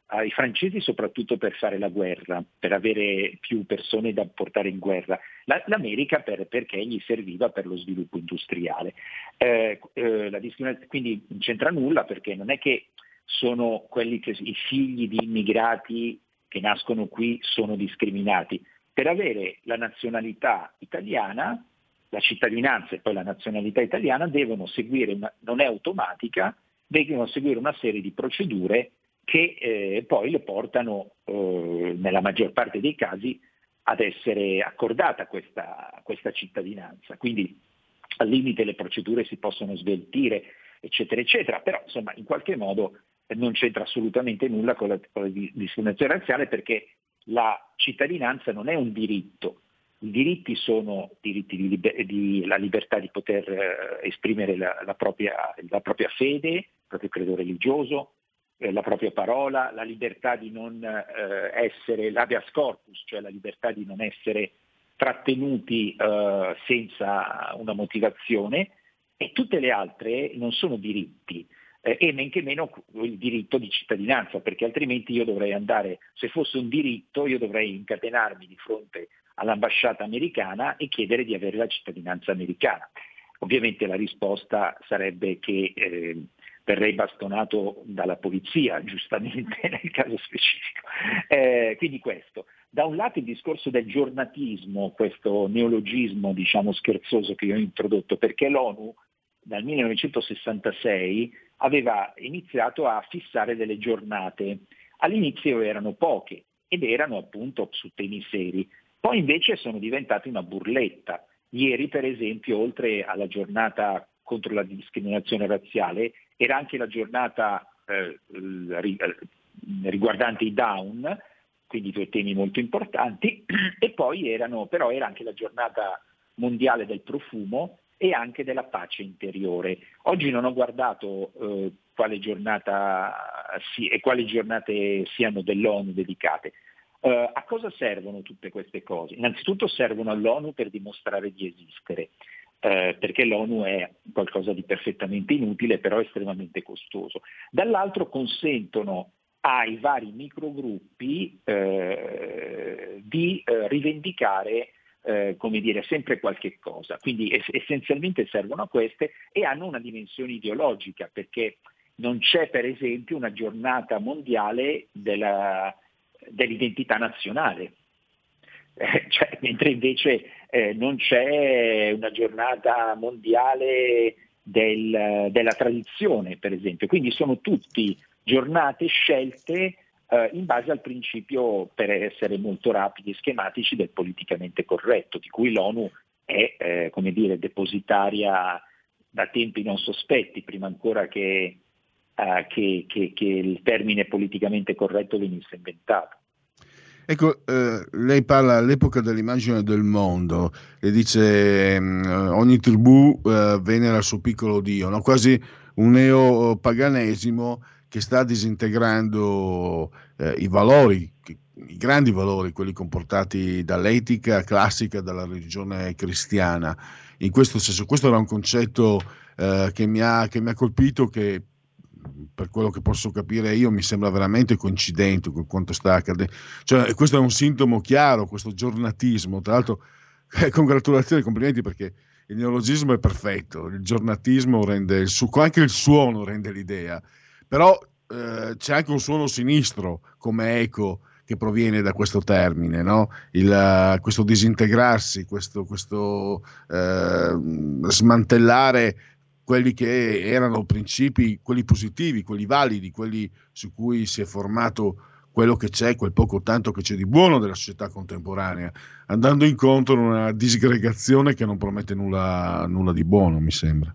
ai francesi soprattutto per fare la guerra, per avere più persone da portare in guerra, la, l'America per, perché gli serviva per lo sviluppo industriale. Eh, eh, la discriminazione quindi non c'entra nulla, perché non è che sono quelli che i figli di immigrati che nascono qui sono discriminati. Per avere la nazionalità italiana, la cittadinanza e poi la nazionalità italiana devono seguire, una, non è automatica, devono seguire una serie di procedure che eh, poi le portano, eh, nella maggior parte dei casi, ad essere accordata questa, questa cittadinanza. Quindi al limite le procedure si possono sveltire, eccetera, eccetera, però insomma in qualche modo non c'entra assolutamente nulla con la, con la discriminazione razziale, perché la cittadinanza non è un diritto. I diritti sono diritti di, liber- di la libertà di poter eh, esprimere la, la, propria, la propria fede, il proprio credo religioso, eh, la propria parola, la libertà di non eh, essere l'habeas corpus, cioè la libertà di non essere trattenuti eh, senza una motivazione, e tutte le altre non sono diritti. Eh, e men che meno il diritto di cittadinanza, perché altrimenti io dovrei andare, se fosse un diritto, io dovrei incatenarmi di fronte all'ambasciata americana e chiedere di avere la cittadinanza americana. Ovviamente la risposta sarebbe che eh, verrei bastonato dalla polizia, giustamente nel caso specifico. Eh, quindi questo. Da un lato il discorso del giornatismo, questo neologismo diciamo scherzoso che io ho introdotto, perché l'ONU dal millenovecentosessantasei aveva iniziato a fissare delle giornate. All'inizio erano poche ed erano appunto su temi seri, poi invece sono diventate una burletta. Ieri per esempio, oltre alla giornata contro la discriminazione razziale, era anche la giornata eh, riguardante i Down, quindi due temi molto importanti, e poi erano, però era anche la giornata mondiale del profumo e anche della pace interiore. Oggi non ho guardato eh, quale giornata si, e quali giornate siano dell'ONU dedicate. Uh, a cosa servono tutte queste cose? Innanzitutto servono all'ONU per dimostrare di esistere, uh, perché l'ONU è qualcosa di perfettamente inutile, però estremamente costoso. Dall'altro consentono ai vari microgruppi uh, di uh, rivendicare Uh, come dire, sempre qualche cosa, quindi es- essenzialmente servono a queste e hanno una dimensione ideologica, perché non c'è per esempio una giornata mondiale della, dell'identità nazionale, eh, cioè, mentre invece eh, non c'è una giornata mondiale del, della tradizione, per esempio, quindi sono tutti giornate scelte Uh, in base al principio, per essere molto rapidi e schematici, del politicamente corretto, di cui l'ONU è eh, come dire, depositaria da tempi non sospetti, prima ancora che, uh, che, che, che il termine politicamente corretto venisse inventato. Ecco, eh, lei parla all'epoca dell'immagine del mondo e dice eh, ogni tribù eh, venera il suo piccolo dio, no? Quasi un neopaganesimo che sta disintegrando eh, i valori, i grandi valori, quelli comportati dall'etica classica, dalla religione cristiana. In questo senso, questo era un concetto eh, che mi ha, che mi ha colpito, che per quello che posso capire io mi sembra veramente coincidente con quanto sta accadendo. Cioè, questo è un sintomo chiaro, questo giornatismo. Tra l'altro, eh, congratulazioni e complimenti, perché il neologismo è perfetto, il giornatismo rende il suono, anche il suono rende l'idea. Però eh, c'è anche un suono sinistro come eco che proviene da questo termine, no? Il, uh, questo disintegrarsi, questo, questo uh, smantellare quelli che erano principi, quelli positivi, quelli validi, quelli su cui si è formato quello che c'è, quel poco tanto che c'è di buono della società contemporanea, andando incontro a una disgregazione che non promette nulla, nulla di buono, mi sembra.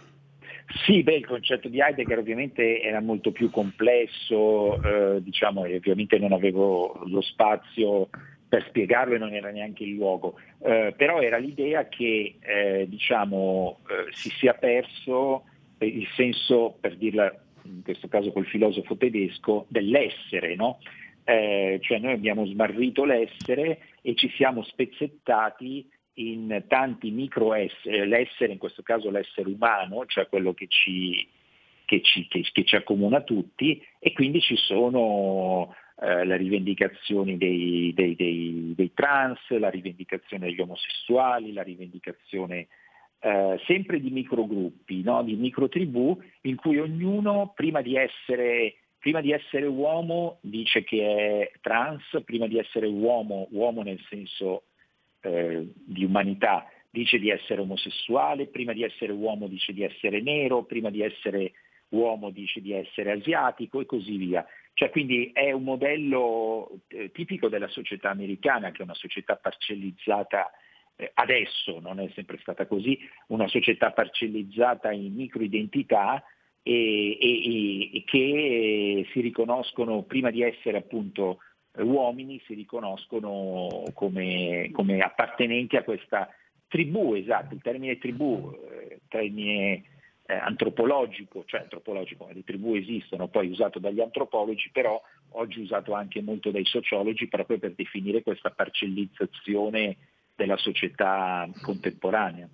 Sì, beh, il concetto di Heidegger ovviamente era molto più complesso, eh, diciamo, e ovviamente non avevo lo spazio per spiegarlo e non era neanche il luogo, eh, però era l'idea che eh, diciamo eh, si sia perso il senso, per dirla in questo caso col filosofo tedesco, dell'essere, no? Eh, cioè noi abbiamo smarrito l'essere e ci siamo spezzettati in tanti micro esseri, l'essere in questo caso l'essere umano, cioè quello che ci che ci, che, che ci accomuna tutti, e quindi ci sono eh, le rivendicazioni dei, dei, dei, dei trans, la rivendicazione degli omosessuali, la rivendicazione eh, sempre di microgruppi, no? Di microtribù, in cui ognuno prima di essere prima di essere uomo dice che è trans, prima di essere uomo, uomo nel senso eh, di umanità, dice di essere omosessuale, prima di essere uomo dice di essere nero, prima di essere uomo dice di essere asiatico e così via. Cioè, quindi è un modello eh, tipico della società americana, che è una società parcellizzata, eh, adesso non è sempre stata così, una società parcellizzata in microidentità e, e, e che si riconoscono, prima di essere appunto uomini, si riconoscono come, come appartenenti a questa tribù. Esatto, il termine tribù, eh, termine eh, antropologico, cioè antropologico, le tribù esistono, poi usato dagli antropologi, però oggi usato anche molto dai sociologi, proprio per definire questa parcellizzazione della società contemporanea.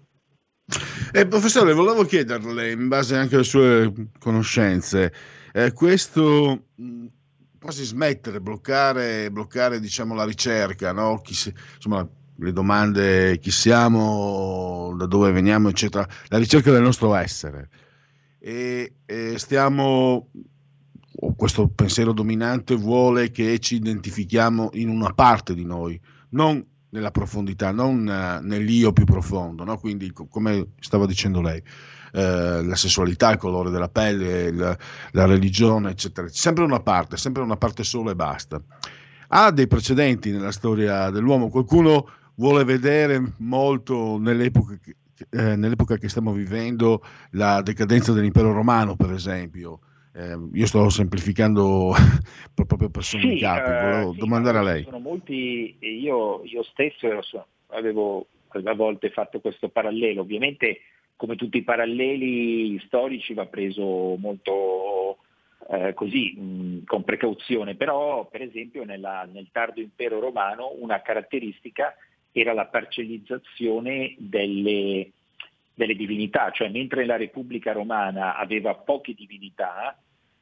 Eh, professore, volevo chiederle, in base anche alle sue conoscenze, eh, questo mh, quasi smettere, bloccare, bloccare diciamo la ricerca, no? Chi si, insomma, le domande, chi siamo, da dove veniamo, eccetera, la ricerca del nostro essere. E, e stiamo, o questo pensiero dominante vuole che ci identifichiamo in una parte di noi, non nella profondità, non nell'io più profondo, no? Quindi, come stava dicendo lei, eh, la sessualità, il colore della pelle, la, la religione, eccetera, sempre una parte, sempre una parte sola e basta. Ha dei precedenti nella storia dell'uomo? Qualcuno vuole vedere molto nell'epoca, eh, nell'epoca che stiamo vivendo la decadenza dell'impero romano, per esempio? Eh, io sto semplificando proprio per sommi sì, capi, volevo uh, sì, domandare a lei. Sono molti, io, io stesso avevo a volte fatto questo parallelo. Ovviamente, come tutti i paralleli storici, va preso molto eh, così, mh, con precauzione, però per esempio nella, nel tardo impero romano una caratteristica era la parcellizzazione delle delle divinità, cioè mentre la Repubblica Romana aveva poche divinità,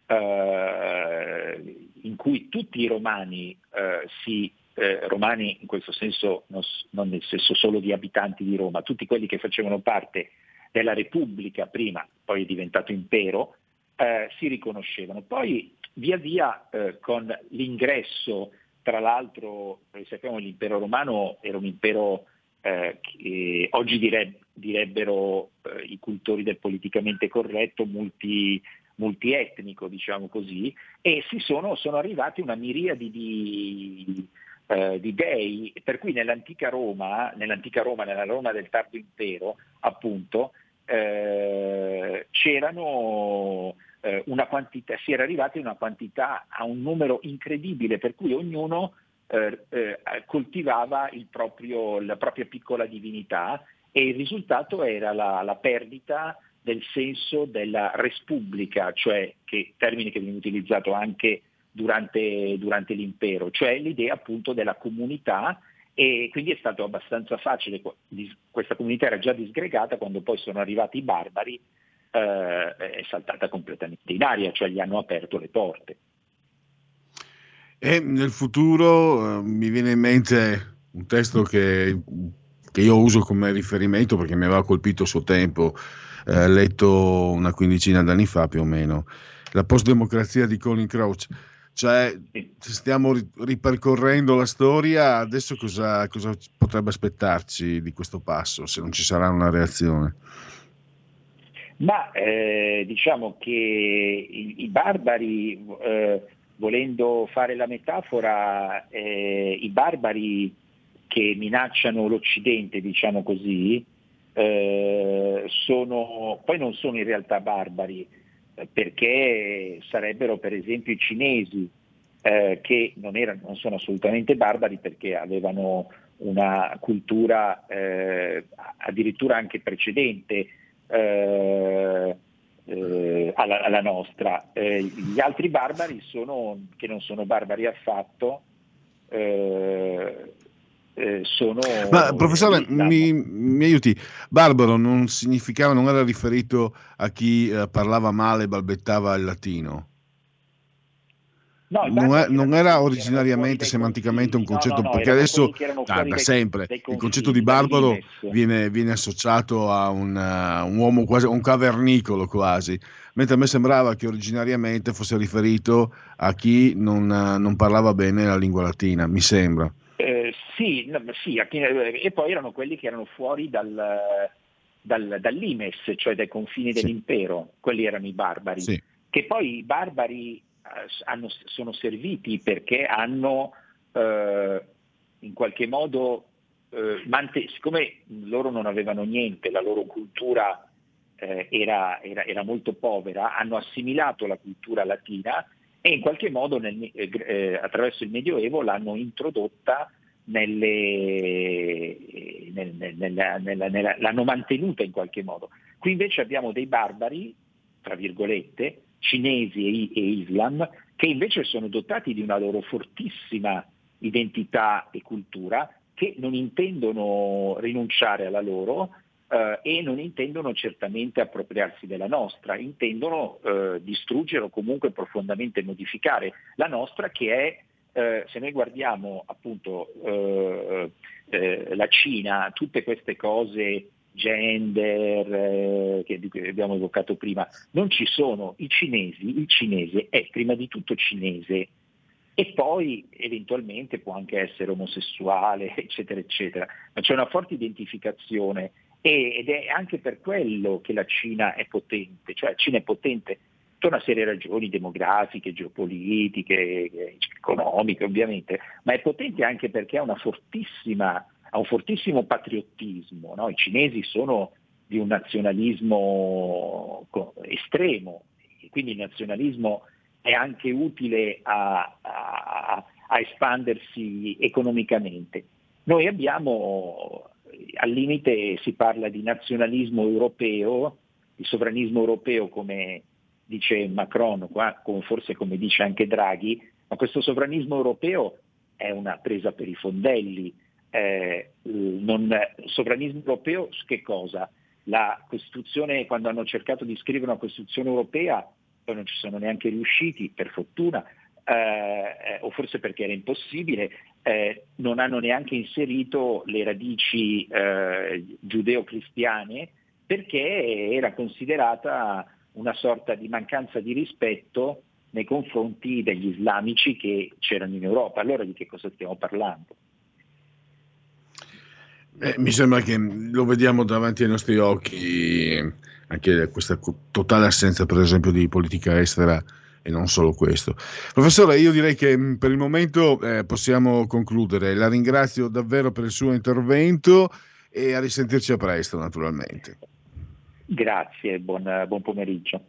eh, in cui tutti i romani eh, si eh, romani in questo senso non, non nel senso solo di abitanti di Roma, tutti quelli che facevano parte della Repubblica prima, poi è diventato impero, eh, si riconoscevano. Poi via via eh, con l'ingresso, tra l'altro, eh, sappiamo che l'impero romano era un impero eh, che oggi direb- direbbero eh, i cultori del politicamente corretto multi, multietnico, diciamo così, e si sono, sono arrivati una miriade di, eh, di dei, per cui nell'antica Roma, nell'antica Roma, nella Roma del tardo impero, appunto, eh, c'erano eh, una quantità, si era arrivati a una quantità, a un numero incredibile, per cui ognuno eh, eh, coltivava il proprio, la propria piccola divinità, e il risultato era la, la perdita del senso della res publica, cioè che termine che viene utilizzato anche durante, durante l'impero, cioè l'idea appunto della comunità, e quindi è stato abbastanza facile, questa comunità era già disgregata, quando poi sono arrivati i barbari eh, è saltata completamente in aria, cioè gli hanno aperto le porte. E nel futuro eh, mi viene in mente un testo che, che io uso come riferimento perché mi aveva colpito a suo tempo, eh, letto una quindicina d'anni fa più o meno, La postdemocrazia di Colin Crouch. Cioè, se stiamo ripercorrendo la storia, adesso cosa, cosa potrebbe aspettarci di questo passo, se non ci sarà una reazione? Ma eh, diciamo che i, i barbari, eh, volendo fare la metafora, eh, i barbari che minacciano l'Occidente, diciamo così, eh, sono, poi non sono in realtà barbari, eh, perché sarebbero per esempio i cinesi, eh, che non, erano, non sono assolutamente barbari, perché avevano una cultura eh, addirittura anche precedente eh, eh, alla, alla nostra. Eh, gli altri barbari sono, che non sono barbari affatto, eh, eh, sono... Ma professore, mi, mi aiuti, barbaro non significava, non era riferito a chi eh, parlava male e balbettava il latino? No, non, è, non era originariamente semanticamente un concetto, no, no, no, perché adesso ah, da sempre dai, dai il concetto di barbaro viene, viene associato a un, uh, un uomo quasi, un cavernicolo quasi, mentre a me sembrava che originariamente fosse riferito a chi non, uh, non parlava bene la lingua latina, mi sembra. Eh, sì, no, sì, e poi erano quelli che erano fuori dal, dal, dall'Imes, cioè dai confini sì. dell'impero, quelli erano i barbari, sì. che poi i barbari hanno, sono serviti perché hanno eh, in qualche modo, eh, mant- siccome loro non avevano niente, la loro cultura eh, era, era, era molto povera, hanno assimilato la cultura latina e in qualche modo nel, eh, attraverso il Medioevo l'hanno introdotta nelle, nel, nel, nella, nella, nella, l'hanno mantenuta in qualche modo. Qui invece abbiamo dei barbari, tra virgolette, cinesi e Islam, che invece sono dotati di una loro fortissima identità e cultura, che non intendono rinunciare alla loro eh, e non intendono certamente appropriarsi della nostra, intendono eh, distruggere o comunque profondamente modificare la nostra, che è, eh, se noi guardiamo appunto eh, eh, la Cina, tutte queste cose gender eh, che, di cui abbiamo evocato prima, non ci sono. I cinesi, il cinese è prima di tutto cinese e poi eventualmente può anche essere omosessuale, eccetera, eccetera, ma c'è una forte identificazione e, ed è anche per quello che la Cina è potente, cioè la Cina è potente per una serie di ragioni demografiche, geopolitiche, economiche ovviamente, ma è potente anche perché ha una fortissima ha un fortissimo patriottismo, no? I cinesi sono di un nazionalismo estremo, quindi il nazionalismo è anche utile a, a, a espandersi economicamente. Noi abbiamo, al limite si parla di nazionalismo europeo, di sovranismo europeo come dice Macron, qua, forse come dice anche Draghi, ma questo sovranismo europeo è una presa per i fondelli. Eh, non, sovranismo europeo su che cosa? La Costituzione, quando hanno cercato di scrivere una Costituzione europea, poi non ci sono neanche riusciti, per fortuna, eh, o forse perché era impossibile, eh, non hanno neanche inserito le radici eh, giudeo-cristiane, perché era considerata una sorta di mancanza di rispetto nei confronti degli islamici che c'erano in Europa. Allora di che cosa stiamo parlando? Eh, mi sembra che lo vediamo davanti ai nostri occhi, anche questa totale assenza per esempio di politica estera e non solo questo. Professore, io direi che per il momento eh, possiamo concludere. La ringrazio davvero per il suo intervento e a risentirci a presto naturalmente. Grazie, buon, buon pomeriggio.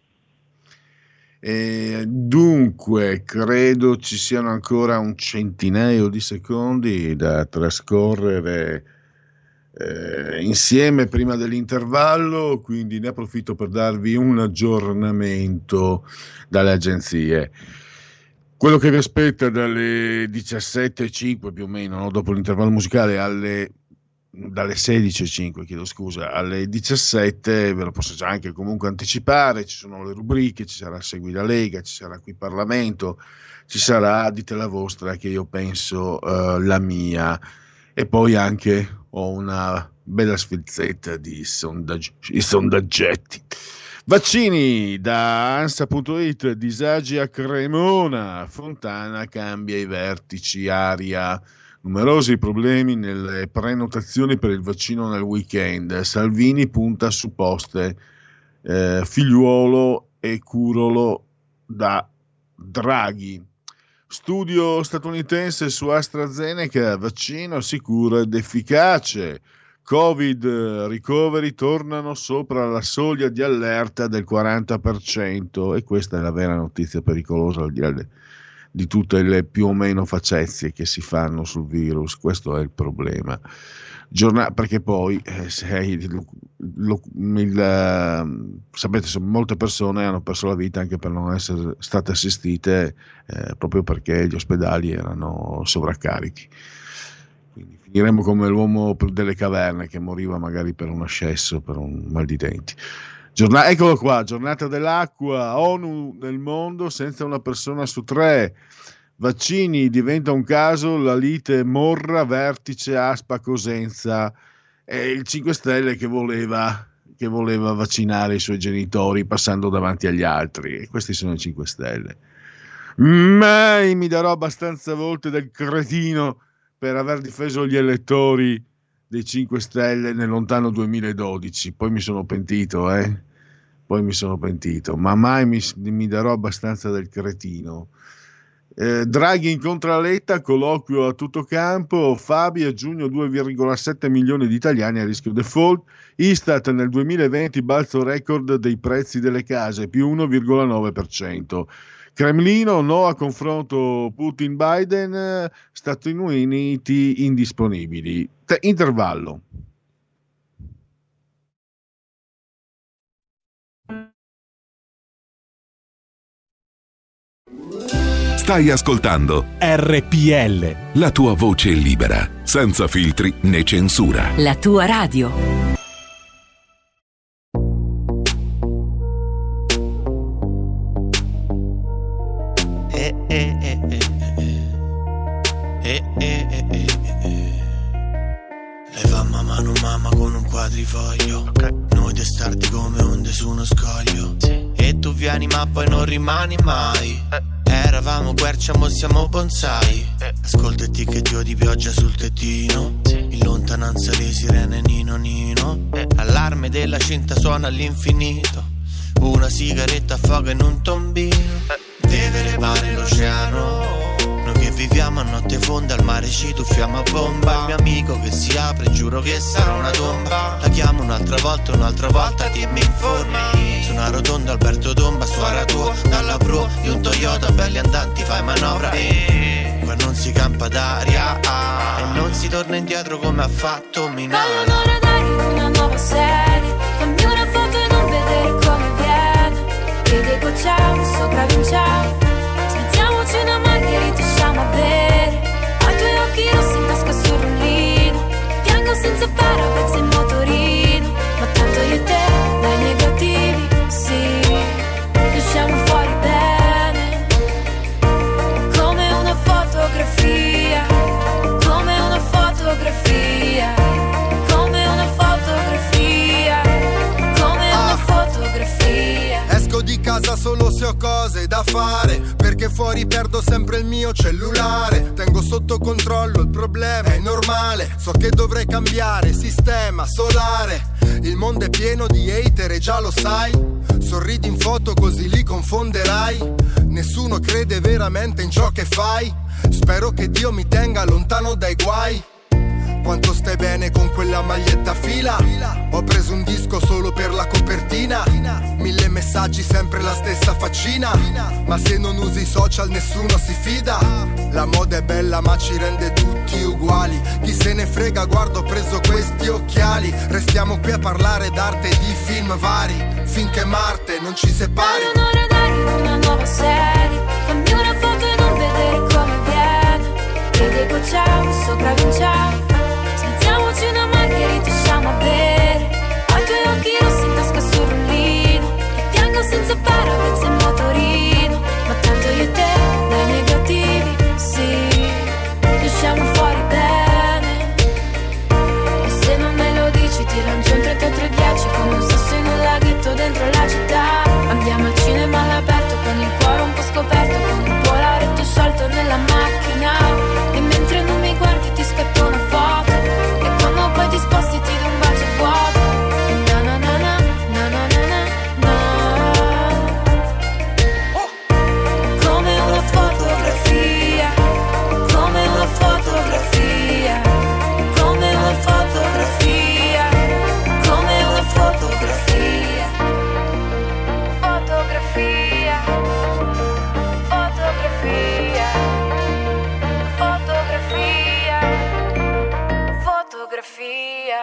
E dunque, credo ci siano ancora un centinaio di secondi da trascorrere eh, insieme prima dell'intervallo, quindi ne approfitto per darvi un aggiornamento dalle agenzie. Quello che vi aspetta dalle diciassette e cinque più o meno, no? Dopo l'intervallo musicale, alle dalle sedici e cinque, chiedo scusa, alle diciassette, ve lo posso già anche comunque anticipare, ci sono le rubriche, ci sarà Segui la Lega, ci sarà Qui Parlamento, ci sarà Dite la vostra, che io penso uh, la mia, e poi anche ho una bella sfilzetta di sondaggi, sondaggetti. Vaccini da ansa punto it, disagi a Cremona, Fontana cambia i vertici, aria. Numerosi problemi nelle prenotazioni per il vaccino nel weekend. Salvini punta su poste eh, Figliuolo e Curolo da Draghi. Studio statunitense su AstraZeneca, vaccino sicuro ed efficace. Covid ricoveri tornano sopra la soglia di allerta del quaranta per cento e questa è la vera notizia pericolosa al di là di tutte le più o meno facezie che si fanno sul virus. Questo è il problema. Giorna- perché poi eh, sei, lo, lo, il, uh, sapete, molte persone hanno perso la vita anche per non essere state assistite eh, proprio perché gli ospedali erano sovraccarichi. Quindi finiremo come l'uomo delle caverne che moriva magari per un ascesso, per un mal di denti. Giornata, eccolo qua, giornata dell'acqua, ONU nel mondo senza una persona su tre. Vaccini diventa un caso, la lite Morra, Vertice, Aspa, Cosenza, e il cinque Stelle che voleva, che voleva vaccinare i suoi genitori passando davanti agli altri, e questi sono i cinque Stelle. Mai mi darò abbastanza volte del cretino per aver difeso gli elettori dei cinque Stelle nel lontano duemiladodici, poi mi sono pentito, eh? Poi mi sono pentito, ma mai mi, mi darò abbastanza del cretino. Eh, Draghi incontra Letta, colloquio a tutto campo. Fabi, a giugno due virgola sette milioni di italiani a rischio default. Istat nel duemilaventi balzo record dei prezzi delle case, più uno virgola nove per cento. Cremlino, no a confronto Putin-Biden, Stati Uniti indisponibili. Te- intervallo. Stai ascoltando R P L, la tua voce libera, senza filtri né censura. La tua radio. Eh, eh, eh, eh, eh, eh, eh, eh, eh. Lei fa mamma non mamma con un quadrifoglio, okay. Noi testardi come onde su uno scoglio, sì. E tu vieni ma poi non rimani mai, eh. Eravamo quercia, mo siamo bonsai, eh. Ascolta e ticchettio di pioggia sul tettino, sì. In lontananza le sirene nino nino, eh. Allarme della cinta suona all'infinito, una sigaretta affoga in un tombino, eh. Deve repare l'oceano, noi che viviamo a notte fonda al mare ci tuffiamo a bomba. Il mio amico che si apre giuro che sarà una tomba. La chiamo un'altra volta, un'altra volta ti mi informi. Su una rotonda Alberto Tomba, suora tua dalla pro di un Toyota, belli andanti fai manovra e qua non si campa d'aria, ah, e non si torna indietro come ha fatto Minara. Vogliono radari una nuova serie, fammi una foto e non vedere come viene. Vedi gocciamo, sopra vinciamo, spezziamoci una margherita, usciamo a bere. Ai tuoi occhi rossi in tasca sul rullino, piango senza parapezzi in motorino. Ma tanto io e te, dai negativi, sì, usciamo fuori bene. Come una fotografia, come una fotografia, come una fotografia, come una fotografia. Esco di casa solo se ho cose da fare, perché fuori perdo sempre il mio cellulare. Tengo sotto controllo il problema, è normale. So che dovrei cambiare sistema solare. Il mondo è pieno di hater e già lo sai. Sorridi in foto così li confonderai. Nessuno crede veramente in ciò che fai. Spero che Dio mi tenga lontano dai guai. Quanto stai bene con quella maglietta a fila? Ho preso un disco solo per la copertina. Mille messaggi, sempre la stessa faccina. Ma se non usi i social nessuno si fida. La moda è bella ma ci rende tutti uguali. Chi se ne frega, guarda ho preso questi occhiali. Restiamo qui a parlare d'arte e di film vari, finché Marte non ci separi. Vogliono radari una nuova serie, fammi una foto e non vedere come viene. Vedi gocciamo, sopra vinciamo, spezziamoci una margherita, usciamo a bere. Ai tuoi occhi rossi in tasca sul rullino, e piango senza parapezzi in motorino. Ma tanto io e te, dai negativi, sì, usciamo fuori bene. E se non me lo dici ti lancio un trentatré dieci, come un sasso in un laghetto dentro la città. Andiamo al cinema all'aperto con il cuore un po' scoperto, con il polaretto sciolto nella macchina. E mentre non mi guardi ti scatto una foto, e quando poi ti sposti ti do un bacio vuoto. Na na na na, na na na na na. Come una fotografia, come una fotografia, come una fotografia, come una fotografia. Fotografia, fotografia, fotografia, fotografia.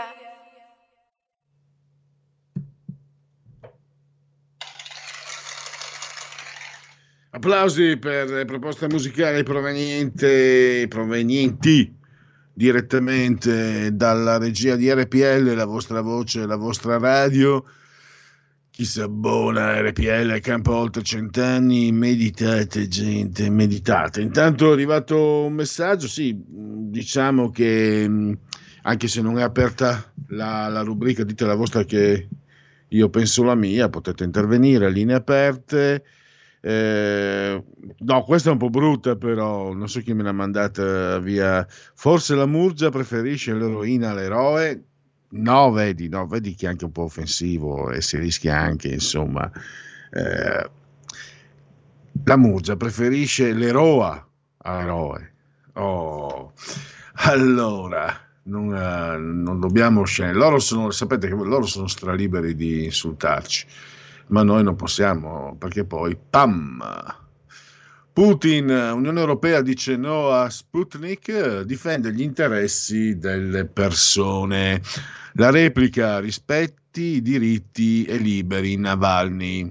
Applausi per le proposte musicali provenienti, provenienti direttamente dalla regia di R P L, la vostra voce, la vostra radio. Chi si abbona a R P L a campo oltre cent'anni, meditate gente, meditate. Intanto è arrivato un messaggio, sì, diciamo che anche se non è aperta la, la rubrica dite la vostra che io penso la mia, potete intervenire, linee aperte. Eh, no, questa è un po' brutta, però non so chi me l'ha mandata via. Forse la Murgia preferisce l'eroina all'eroe. No, vedi, no, vedi che è anche un po' offensivo e si rischia anche, insomma. Eh, la Murgia preferisce l'eroa all'eroe. Oh, allora non, uh, non dobbiamo scendere. Loro sono, sapete che loro sono straliberi di insultarci, ma noi non possiamo, perché poi pam. Putin, Unione Europea dice no a Sputnik, difende gli interessi delle persone. La replica, rispetti i diritti e liberi Navalny.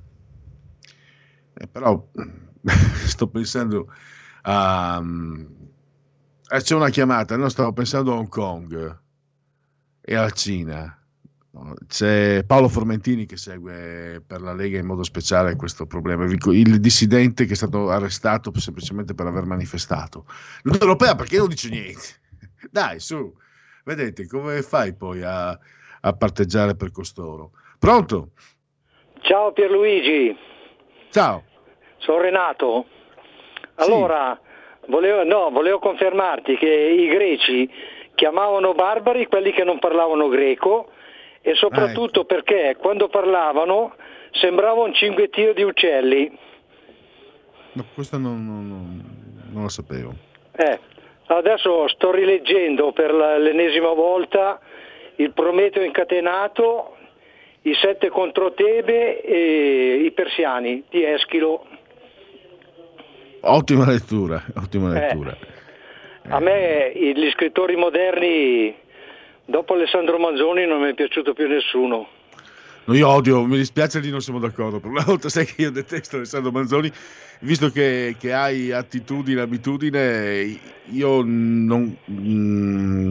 Eh, però sto pensando a... Eh, c'è una chiamata, no? Stavo pensando a Hong Kong e alla Cina. C'è Paolo Formentini che segue per la Lega in modo speciale questo problema, il dissidente che è stato arrestato semplicemente per aver manifestato. L'Unione Europea perché non dice niente? Dai, su, vedete come fai poi a, a parteggiare per costoro. Pronto? Ciao Pierluigi. Ciao. Sono Renato. Allora, sì. volevo, no, volevo confermarti che i greci chiamavano barbari quelli che non parlavano greco, e soprattutto ah, ecco. perché quando parlavano sembrava un cinguettio di uccelli. No, questo non, non, non, non lo sapevo. Eh, adesso sto rileggendo per l'ennesima volta il Prometeo incatenato, i sette contro Tebe e i persiani di Eschilo. Ottima lettura, ottima lettura. Eh, a me gli scrittori moderni dopo Alessandro Manzoni non mi è piaciuto più nessuno. No, io odio, mi dispiace lì non siamo d'accordo, per una volta sai che io detesto Alessandro Manzoni, visto che, che hai attitudine, abitudine, io non... Mm,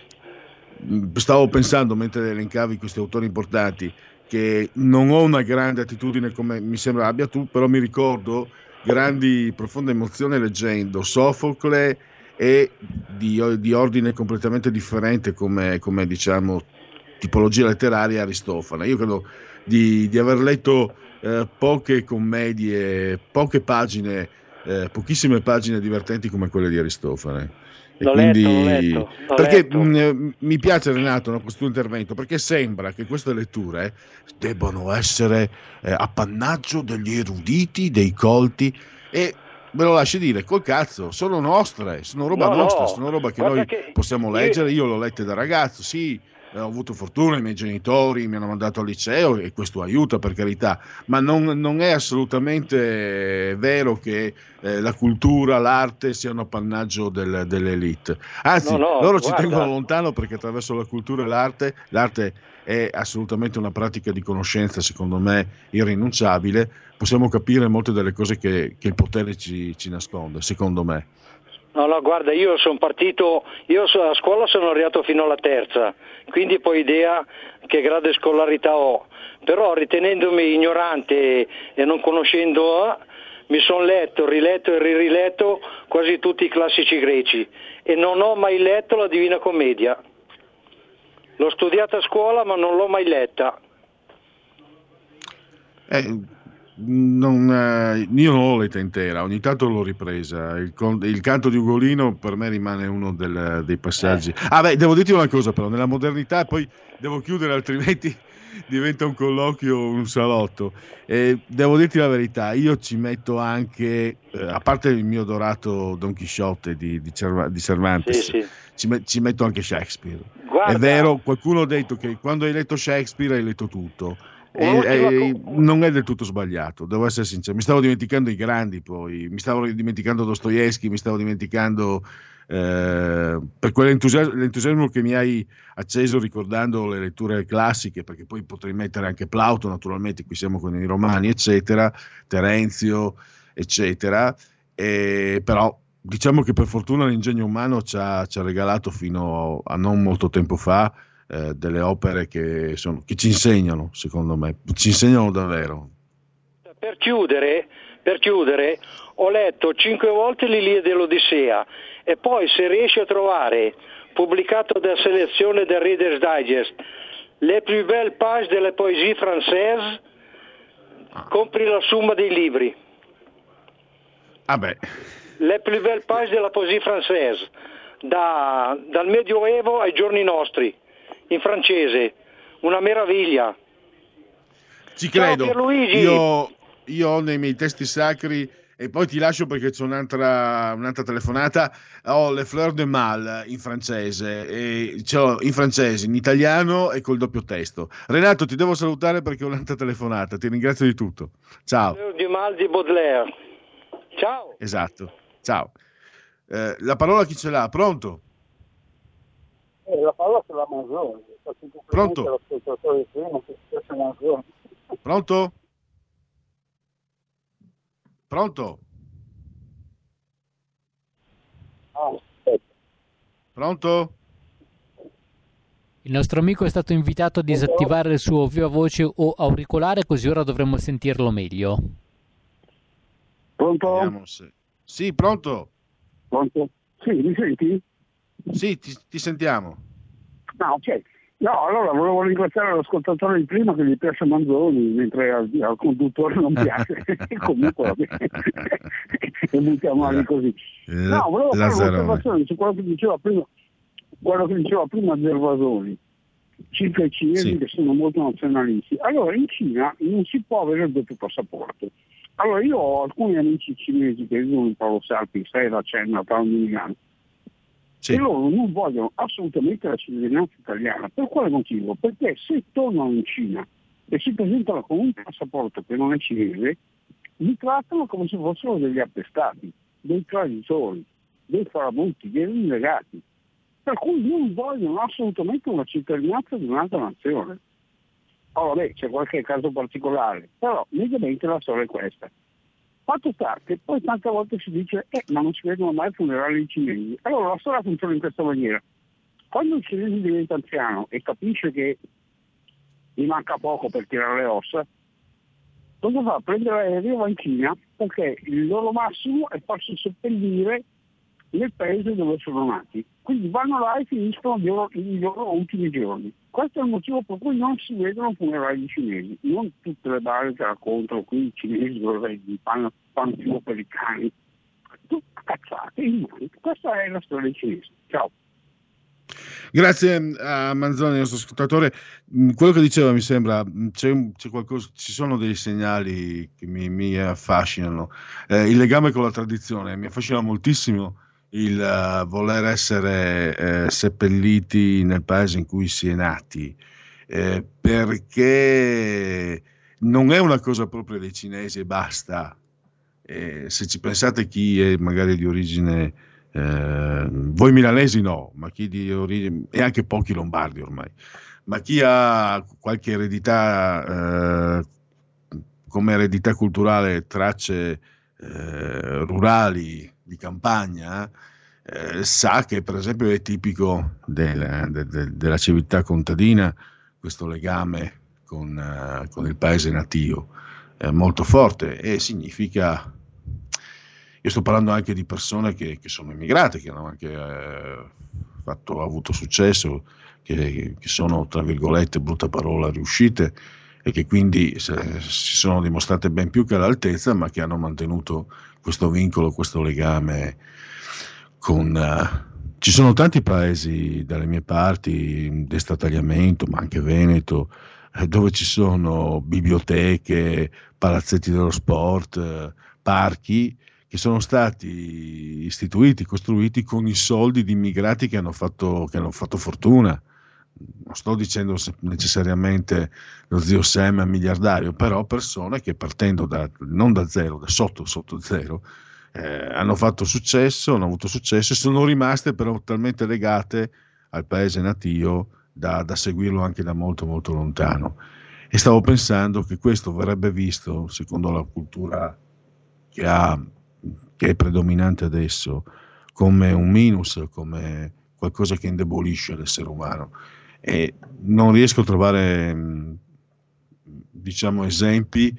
stavo pensando mentre elencavi questi autori importanti che non ho una grande attitudine come mi sembra abbia tu, però mi ricordo grandi, profonda emozione leggendo Sofocle e di, di ordine completamente differente come, come diciamo tipologia letteraria Aristofane. Io credo di, di aver letto eh, poche commedie, poche pagine, eh, pochissime pagine divertenti come quelle di Aristofane. E l'ho quindi, letto, l'ho letto, l'ho perché letto. Mh, mi piace Renato no, questo tuo intervento, perché sembra che queste letture debbano essere eh, appannaggio degli eruditi, dei colti, e me lo lasci dire, col cazzo, sono nostre, sono roba no, nostra, no. sono roba che Guarda noi che possiamo io... leggere, io l'ho letta da ragazzo, sì, ho avuto fortuna, i miei genitori mi hanno mandato al liceo e questo aiuta per carità, ma non, non è assolutamente vero che eh, la cultura, l'arte siano appannaggio del, dell'elite, anzi no, no, loro guarda. ci tengono lontano perché attraverso la cultura e l'arte, l'arte è assolutamente una pratica di conoscenza secondo me irrinunciabile, possiamo capire molte delle cose che, che il potere ci, ci nasconde, secondo me. No, no, guarda, io sono partito, io a scuola sono arrivato fino alla terza, quindi poi idea che grado scolarità ho, però ritenendomi ignorante e non conoscendo, eh, mi sono letto, riletto e riletto quasi tutti i classici greci e non ho mai letto la Divina Commedia. L'ho studiata a scuola ma non l'ho mai letta. Eh, non, eh, io non l'ho letta intera, ogni tanto l'ho ripresa. Il, il canto di Ugolino per me rimane uno del, dei passaggi. Eh. Ah beh, devo dirti una cosa però, nella modernità, poi devo chiudere altrimenti diventa un colloquio, un salotto. Eh, devo dirti la verità, io ci metto anche, eh, a parte il mio dorato Don Chisciotte di, di, Cerv- di Cervantes, sì, sì. Ci, me- ci metto anche Shakespeare. Guarda. È vero, qualcuno ha detto che quando hai letto Shakespeare hai letto tutto. E, e, non è del tutto sbagliato, devo essere sincero. Mi stavo dimenticando i grandi, poi mi stavo dimenticando Dostoevskij, mi stavo dimenticando eh, per quell'entusiasmo l'entusiasmo che mi hai acceso ricordando le letture classiche, perché poi potrei mettere anche Plauto, naturalmente, qui siamo con i romani, eccetera, Terenzio, eccetera. E, però diciamo che per fortuna l'ingegno umano ci ha, ci ha regalato fino a non molto tempo fa eh, delle opere che, sono, che ci insegnano, secondo me, ci insegnano davvero. Per chiudere, per chiudere, ho letto cinque volte l'Iliade dell'Odissea e poi se riesci a trovare, pubblicato da selezione del Reader's Digest, le plus belles pages de la poésie française, compri la somma dei libri. Ah beh. Le plus belles pages de la poésie française, da, dal Medioevo ai giorni nostri, in francese, una meraviglia. Ci credo. Ciao Pierluigi. Io, io ho nei miei testi sacri, e poi ti lascio perché c'è un'altra, un'altra telefonata, ho le Fleurs de Mal in francese, e ce l'ho in francese, in italiano e col doppio testo. Renato, ti devo salutare perché ho un'altra telefonata, ti ringrazio di tutto. Ciao. Fleurs de Mal di Baudelaire. Ciao. Esatto, ciao. Eh, la parola chi ce l'ha? Pronto? Eh, la parola ce l'ha Manzoni. Pronto? Pronto? Pronto? Ah, Pronto? Il nostro amico è stato invitato a disattivare il suo viva voce o auricolare, così ora dovremmo sentirlo meglio. Pronto? Se... Sì, pronto? Pronto? Sì, mi senti? Sì, ti, ti sentiamo. Ah, ok. No, allora volevo ringraziare l'ascoltatore di prima che gli piace Manzoni, mentre al, al conduttore non piace. Comunque, e buttiamo lì così. No, volevo fare un'osservazione su quello che diceva prima, quello che diceva prima Gervasoni, circa i cinesi sì. che sono molto nazionalisti. Allora, in Cina non si può avere il doppio passaporto. Allora, io ho alcuni amici cinesi che vivono in Paolo Sarpi, sei la Cenna, Paolo Milano. Sì. E loro non vogliono assolutamente la cittadinanza italiana. Per quale motivo? Perché se tornano in Cina e si presentano con un passaporto che non è cinese, li trattano come se fossero degli appestati, dei traditori, dei farabutti, degli illegati. Per cui non vogliono assolutamente una cittadinanza di un'altra nazione. Oh, vabbè, c'è qualche caso particolare, però mediamente la storia è questa. Fatto sta che poi tante volte si dice eh, ma non si vedono mai funerali di cinesi. Allora la storia funziona in questa maniera. Quando il cinese diventa anziano e capisce che gli manca poco per tirare le ossa, cosa fa? Prende l'aereo e va in Cina, perché il loro massimo è farsi seppellire nel paese dove sono nati. Quindi vanno là e finiscono i loro, i loro ultimi giorni. Questo è il motivo per cui non si vedono funerali di cinesi. Non tutte le barre che raccontano qui i cinesi vorrei fanno, fanno più per i cani. Tutte cazzate. Questa è la storia dei cinesi. Ciao. Grazie a Manzoni, il nostro ascoltatore. Quello che diceva mi sembra, c'è, c'è qualcosa, ci sono dei segnali che mi, mi affascinano. Eh, il legame con la tradizione mi affascina moltissimo. Il uh, voler essere eh, seppelliti nel paese in cui si è nati, eh, perché non è una cosa propria dei cinesi e basta. Eh, se ci pensate, chi è magari di origine, eh, voi milanesi no, ma chi di origine, e anche pochi lombardi ormai, ma chi ha qualche eredità, eh, come eredità culturale, tracce eh, rurali, di campagna, eh, sa che per esempio è tipico del, de, de, della civiltà contadina questo legame con, uh, con il paese natio è molto forte, e significa, io sto parlando anche di persone che, che sono immigrate, che hanno anche eh, fatto, avuto successo, che, che sono tra virgolette, brutta parola, riuscite, e che quindi se, si sono dimostrate ben più che all'altezza, ma che hanno mantenuto questo vincolo, questo legame con... Uh, ci sono tanti paesi dalle mie parti, destatagliamento, ma anche Veneto, eh, dove ci sono biblioteche, palazzetti dello sport, eh, parchi, che sono stati istituiti, costruiti con i soldi di immigrati che hanno fatto, che hanno fatto fortuna. Non sto dicendo necessariamente lo zio Sam è miliardario, però persone che partendo da, non da zero, da sotto, sotto zero, eh, hanno fatto successo, hanno avuto successo e sono rimaste però talmente legate al paese natio da, da seguirlo anche da molto molto lontano. E stavo pensando che questo verrebbe visto, secondo la cultura che ha, che è predominante adesso, come un minus, come qualcosa che indebolisce l'essere umano. E non riesco a trovare, diciamo, esempi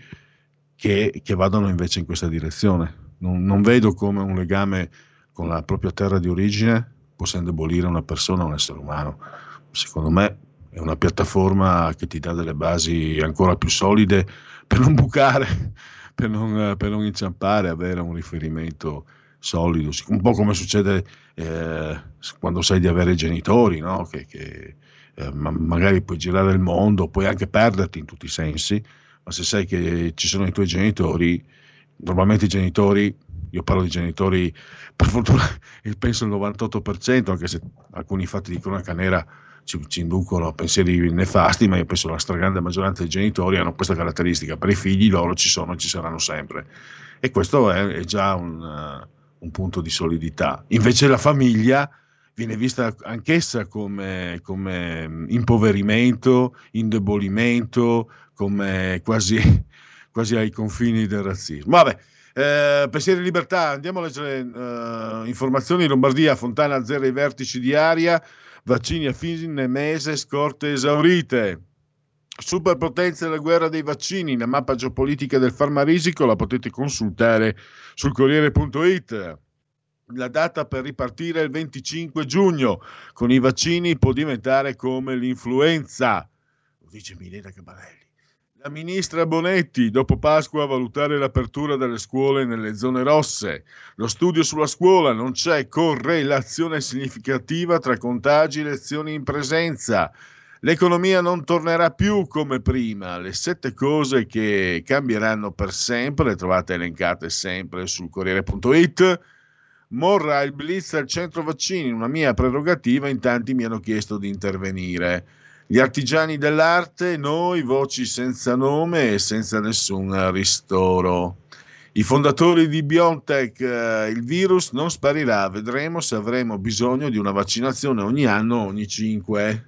che, che vadano invece in questa direzione. Non, non vedo come un legame con la propria terra di origine possa indebolire una persona, un essere umano. Secondo me è una piattaforma che ti dà delle basi ancora più solide per non bucare, per non, per non inciampare, avere un riferimento solido, un po' come succede eh, quando sai di avere i genitori, no? che, che eh, ma magari puoi girare il mondo, puoi anche perderti in tutti i sensi, ma se sai che ci sono i tuoi genitori, normalmente i genitori, io parlo di genitori, per fortuna penso il novantotto per cento, anche se alcuni fatti di cronaca nera ci, ci inducono a pensieri nefasti, ma io penso che la stragrande maggioranza dei genitori hanno questa caratteristica: per i figli loro ci sono e ci saranno sempre, e questo è, è già un, uh, un punto di solidità. Invece la famiglia viene vista anch'essa come, come impoverimento, indebolimento, come quasi, quasi ai confini del razzismo. Vabbè, eh, pensieri di libertà, andiamo a leggere eh, informazioni. Lombardia, Fontana zero i vertici di aria, vaccini a fine mese, scorte esaurite. Superpotenza della guerra dei vaccini, la mappa geopolitica del farmarisico la potete consultare sul Corriere punto it. La data per ripartire è il venticinque giugno, con i vaccini può diventare come l'influenza, lo dice Milena Cabarelli. La ministra Bonetti, dopo Pasqua a valutare l'apertura delle scuole nelle zone rosse. Lo studio sulla scuola, non c'è correlazione significativa tra contagi e lezioni in presenza. L'economia non tornerà più come prima. Le sette cose che cambieranno per sempre, le trovate elencate sempre sul Corriere punto it. Morra il blitz al centro vaccini, una mia prerogativa, in tanti mi hanno chiesto di intervenire. Gli artigiani dell'arte, noi voci senza nome e senza nessun ristoro. I fondatori di BioNTech, eh, il virus non sparirà, vedremo se avremo bisogno di una vaccinazione ogni anno, ogni cinque.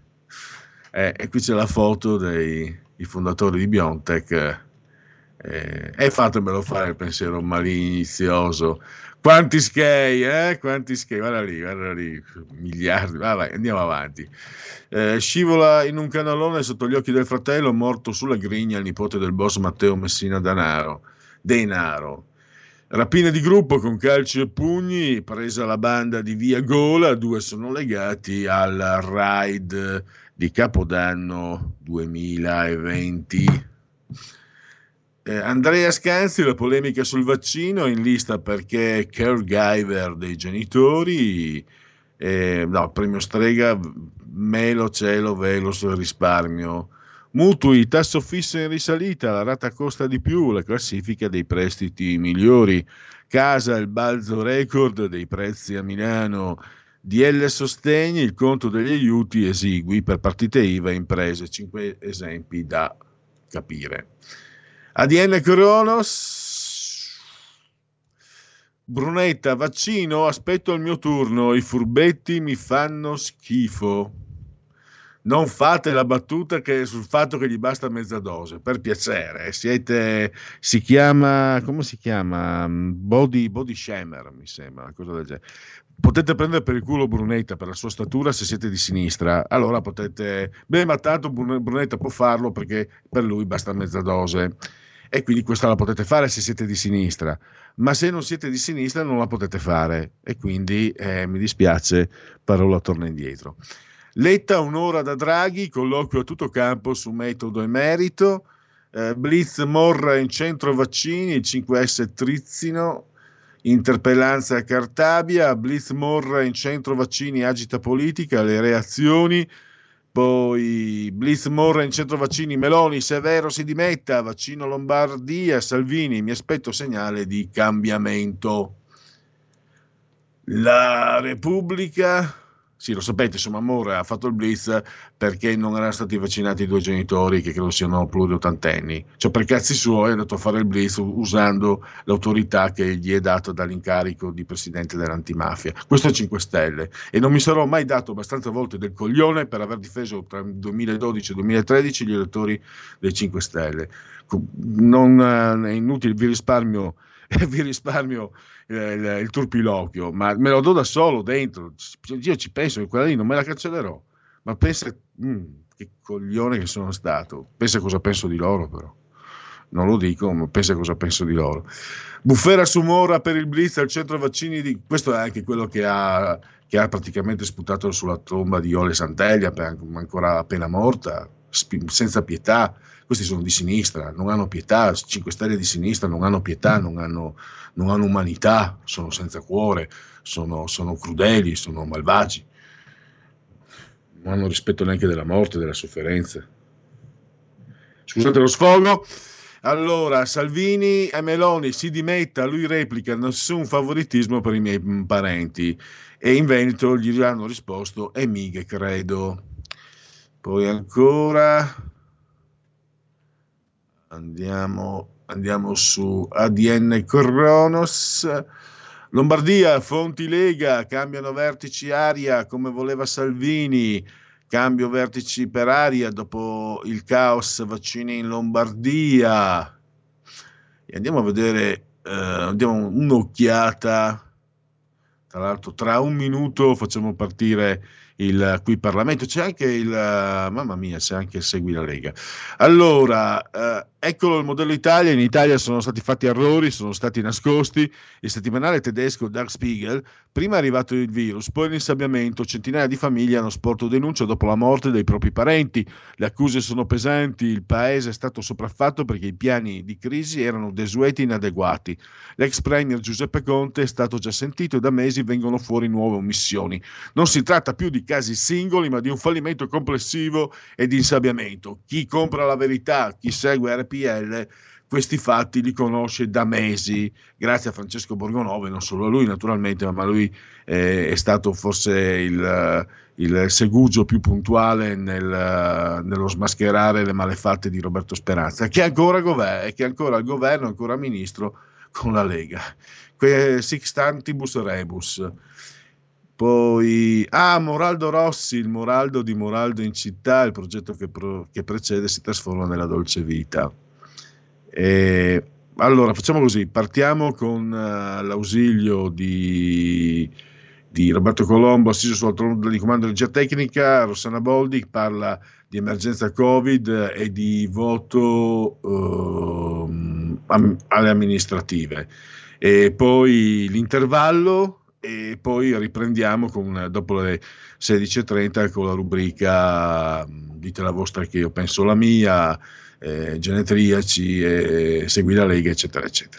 Eh, e qui c'è la foto dei i fondatori di BioNTech. Eh, e fatemelo fare il pensiero malizioso. Quanti skei, eh? Quanti skei, guarda lì, guarda lì, miliardi, vabbè, andiamo avanti. Eh, scivola in un canalone sotto gli occhi del fratello, morto sulla grigna il nipote del boss Matteo Messina Denaro. Denaro. Rapina di gruppo con calci e pugni, presa la banda di Via Gola, due sono legati al raid di Capodanno duemilaventi. Eh, Andrea Scanzi, la polemica sul vaccino, in lista perché caregiver dei genitori, eh, no, premio Strega, melo, cielo, velo sul risparmio. Mutui, tasso fisso in risalita, la rata costa di più, la classifica dei prestiti migliori. Casa, il balzo record dei prezzi a Milano. D L sostegni, il conto degli aiuti esigui per partite I V A e imprese. Cinque esempi da capire. A D N Cronos, Brunetta, vaccino, aspetto il mio turno, i furbetti mi fanno schifo. Non fate la battuta che sul fatto che gli basta mezza dose, per piacere, siete, si chiama, come si chiama? Body, body shamer, mi sembra, una cosa del genere. Potete prendere per il culo Brunetta per la sua statura se siete di sinistra, allora potete, beh, ma tanto Brunetta può farlo perché per lui basta mezza dose. E quindi questa la potete fare se siete di sinistra, ma se non siete di sinistra non la potete fare, e quindi eh, mi dispiace, parola torna indietro. Letta, un'ora da Draghi, colloquio a tutto campo su metodo e merito. eh, Blitz Morra in centro vaccini, il cinque S Trizzino, interpellanza a Cartabia. Blitz Morra in centro vaccini, agita politica, le reazioni. Poi Blitz Morra in centro vaccini, Meloni, Severo si dimetta, vaccino Lombardia, Salvini, mi aspetto segnale di cambiamento. La Repubblica, sì, lo sapete, insomma, Morra ha fatto il blitz perché non erano stati vaccinati i due genitori, che credo siano pluriottantenni, cioè per cazzi suoi è andato a fare il blitz usando l'autorità che gli è data dall'incarico di presidente dell'antimafia. Questo è cinque Stelle, e non mi sarò mai dato abbastanza volte del coglione per aver difeso tra il duemiladodici e il duemilatredici gli elettori dei cinque Stelle. Non è inutile, vi risparmio e vi risparmio il, il, il turpiloquio, ma me lo do da solo dentro. Io ci penso che quella lì non me la cancellerò, ma pensa, mm, che coglione che sono stato, pensa cosa penso di loro, però non lo dico, ma pensa cosa penso di loro. Bufera su Mora per il blitz al centro vaccini di... questo è anche quello che ha, che ha praticamente sputato sulla tomba di Iole Santeglia, ancora appena morta, senza pietà. Questi sono di sinistra, non hanno pietà, cinque Stelle di sinistra non hanno pietà, non hanno, non hanno umanità, sono senza cuore, sono, sono crudeli, sono malvagi, non hanno rispetto neanche della morte, della sofferenza. Scusate lo sfogo. Allora, Salvini e Meloni si dimetta, lui replica: nessun favoritismo per i miei parenti, e in Veneto gli hanno risposto: e mica credo. Poi ancora andiamo, andiamo su A D N Cronos. Lombardia, fonti Lega, cambiano vertici aria come voleva Salvini, cambio vertici per aria dopo il caos vaccini in Lombardia. E andiamo a vedere, eh, andiamo un'occhiata, tra l'altro tra un minuto facciamo partire il qui Parlamento, c'è anche il, mamma mia, c'è anche il Segui la Lega. Allora, eh, eccolo il modello Italia. In Italia sono stati fatti errori, sono stati nascosti. Il settimanale tedesco Der Spiegel: prima è arrivato il virus, poi l'insabbiamento, centinaia di famiglie hanno sporto denuncia dopo la morte dei propri parenti, le accuse sono pesanti, il paese è stato sopraffatto perché i piani di crisi erano desueti e inadeguati. L'ex premier Giuseppe Conte è stato già sentito e da mesi vengono fuori nuove omissioni. Non si tratta più di casi singoli, ma di un fallimento complessivo e di insabbiamento. Chi compra la verità, chi segue R P L, questi fatti li conosce da mesi, grazie a Francesco Borgonovo, e non solo a lui naturalmente, ma lui eh, è stato forse il, il segugio più puntuale nel, nello smascherare le malefatte di Roberto Speranza, che è ancora governo, che è ancora al governo, ancora ministro con la Lega. Que sixtantibus rebus. Poi, ah, Moraldo Rossi, il Moraldo di Moraldo in città, il progetto che, pro, che precede si trasforma nella dolce vita. E, allora, facciamo così, partiamo con uh, l'ausilio di, di Roberto Colombo, assiso sulla trono di comando di regia tecnica. Rossana Boldi parla di emergenza Covid e di voto uh, am, alle amministrative. E poi l'intervallo, e poi riprendiamo con, dopo le sedici e trenta con la rubrica dite la vostra che io penso la mia, eh, genetriaci, eh, segui la Lega, eccetera eccetera.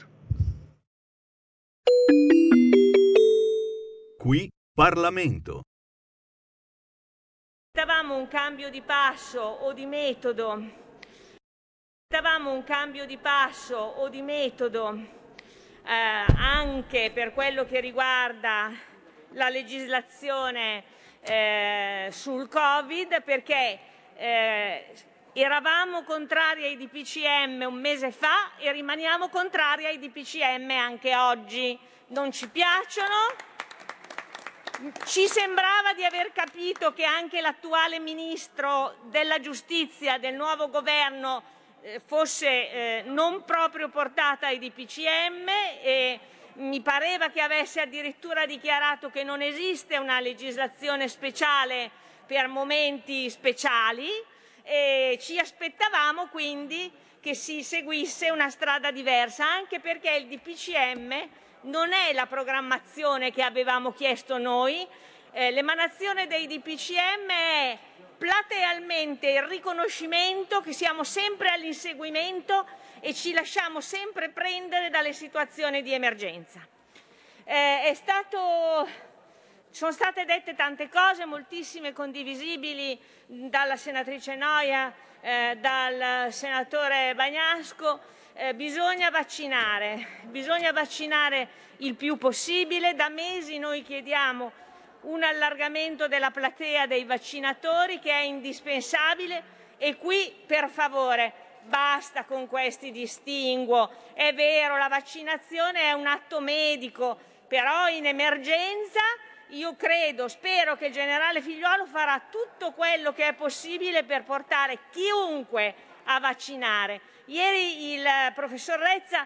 Qui Parlamento. Aspettavamo un cambio di passo o di metodo. Aspettavamo un cambio di passo o di metodo. Eh, anche per quello che riguarda la legislazione eh, sul Covid, perché eh, eravamo contrari ai D P C M un mese fa e rimaniamo contrari ai D P C M anche oggi. Non ci piacciono. Ci sembrava di aver capito che anche l'attuale Ministro della Giustizia del nuovo governo fosse eh, non proprio portata ai D P C M, e mi pareva che avesse addirittura dichiarato che non esiste una legislazione speciale per momenti speciali, e ci aspettavamo quindi che si seguisse una strada diversa, anche perché il D P C M non è la programmazione che avevamo chiesto noi. Eh, l'emanazione dei D P C M è platealmente il riconoscimento che siamo sempre all'inseguimento e ci lasciamo sempre prendere dalle situazioni di emergenza. Eh, è stato, sono state dette tante cose, moltissime condivisibili, dalla senatrice Noia, eh, dal senatore Bagnasco. Eh, bisogna vaccinare, bisogna vaccinare il più possibile. Da mesi noi chiediamo un allargamento della platea dei vaccinatori, che è indispensabile, e qui per favore basta con questi distinguo. È vero, la vaccinazione è un atto medico, però in emergenza io credo, spero che il generale Figliuolo farà tutto quello che è possibile per portare chiunque a vaccinare. Ieri il professor Rezza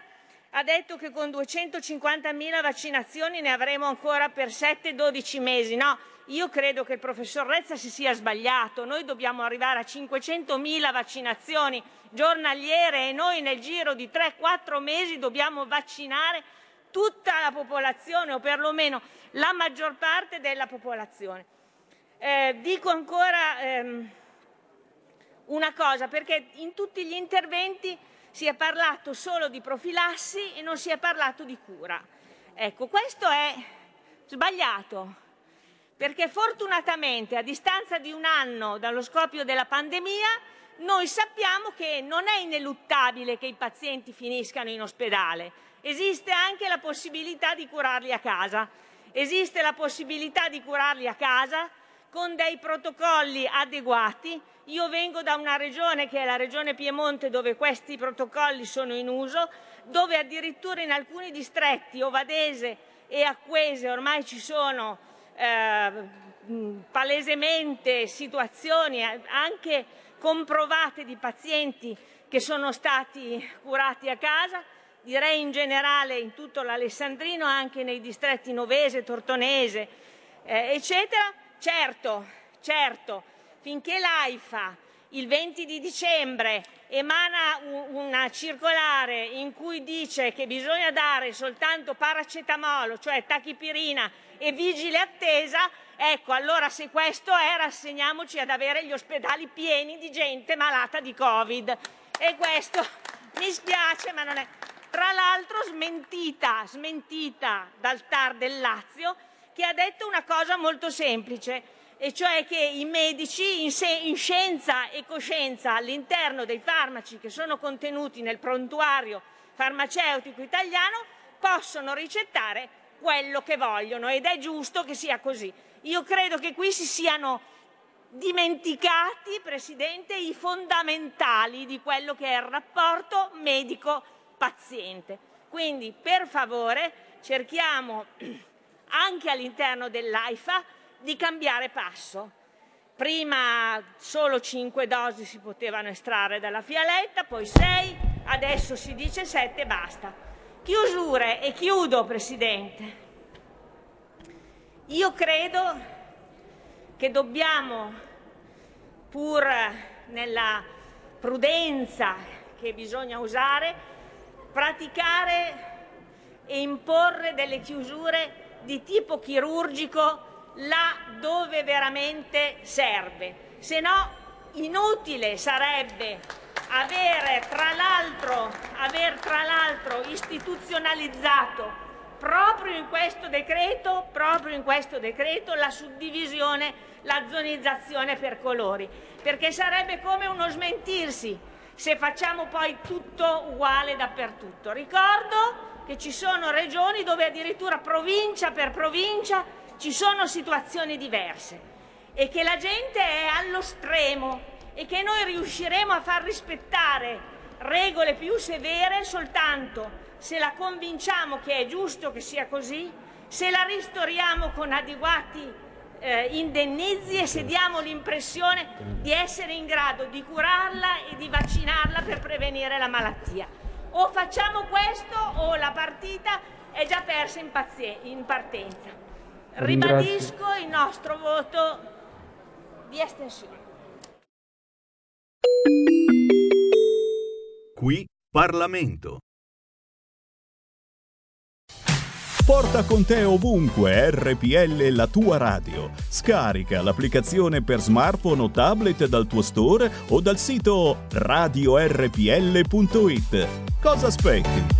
ha detto che con duecentocinquantamila vaccinazioni ne avremo ancora per sette dodici mesi. No, io credo che il professor Rezza si sia sbagliato. Noi dobbiamo arrivare a cinquecentomila vaccinazioni giornaliere e noi nel giro di tre quattro mesi dobbiamo vaccinare tutta la popolazione o perlomeno la maggior parte della popolazione. Eh, dico ancora ehm, una cosa, perché in tutti gli interventi si è parlato solo di profilassi e non si è parlato di cura. Ecco, questo è sbagliato, perché fortunatamente a distanza di un anno dallo scoppio della pandemia noi sappiamo che non è ineluttabile che i pazienti finiscano in ospedale. Esiste anche la possibilità di curarli a casa. Esiste la possibilità di curarli a casa con dei protocolli adeguati. Io vengo da una regione che è la regione Piemonte, dove questi protocolli sono in uso, dove addirittura in alcuni distretti, Ovadese e Acquese, ormai ci sono eh, palesemente situazioni anche comprovate di pazienti che sono stati curati a casa, direi in generale in tutto l'Alessandrino, anche nei distretti Novese, Tortonese, eh, eccetera. Certo, certo, finché l'AIFA il venti di dicembre emana una circolare in cui dice che bisogna dare soltanto paracetamolo, cioè tachipirina e vigile attesa, ecco, allora se questo è, rassegniamoci ad avere gli ospedali pieni di gente malata di Covid. E questo mi spiace, ma non è. Tra l'altro smentita, smentita dal T A R del Lazio, che ha detto una cosa molto semplice, e cioè che i medici in, se- in scienza e coscienza all'interno dei farmaci che sono contenuti nel prontuario farmaceutico italiano possono ricettare quello che vogliono, ed è giusto che sia così. Io credo che qui si siano dimenticati, Presidente, i fondamentali di quello che è il rapporto medico-paziente. Quindi, per favore, cerchiamo anche all'interno dell'AIFA di cambiare passo. Prima solo cinque dosi si potevano estrarre dalla fialetta, poi sei, adesso si dice sette, basta. Chiusure, e chiudo, Presidente. Io credo che dobbiamo, pur nella prudenza che bisogna usare, praticare e imporre delle chiusure di tipo chirurgico là dove veramente serve. Se no, inutile sarebbe avere tra l'altro, aver tra l'altro istituzionalizzato proprio in questo decreto, proprio in questo decreto la suddivisione, la zonizzazione per colori, perché sarebbe come uno smentirsi se facciamo poi tutto uguale dappertutto. Ricordo che ci sono regioni dove addirittura provincia per provincia ci sono situazioni diverse e che la gente è allo stremo e che noi riusciremo a far rispettare regole più severe soltanto se la convinciamo che è giusto che sia così, se la ristoriamo con adeguati eh, indennizi e se diamo l'impressione di essere in grado di curarla e di vaccinarla per prevenire la malattia. O facciamo questo o la partita è già persa in, pazie- in partenza. Ribadisco il nostro voto di astensione. Qui Parlamento. Porta con te ovunque R P L, la tua radio. Scarica l'applicazione per smartphone o tablet dal tuo store o dal sito radio erre pi elle punto it. Cosa aspetti?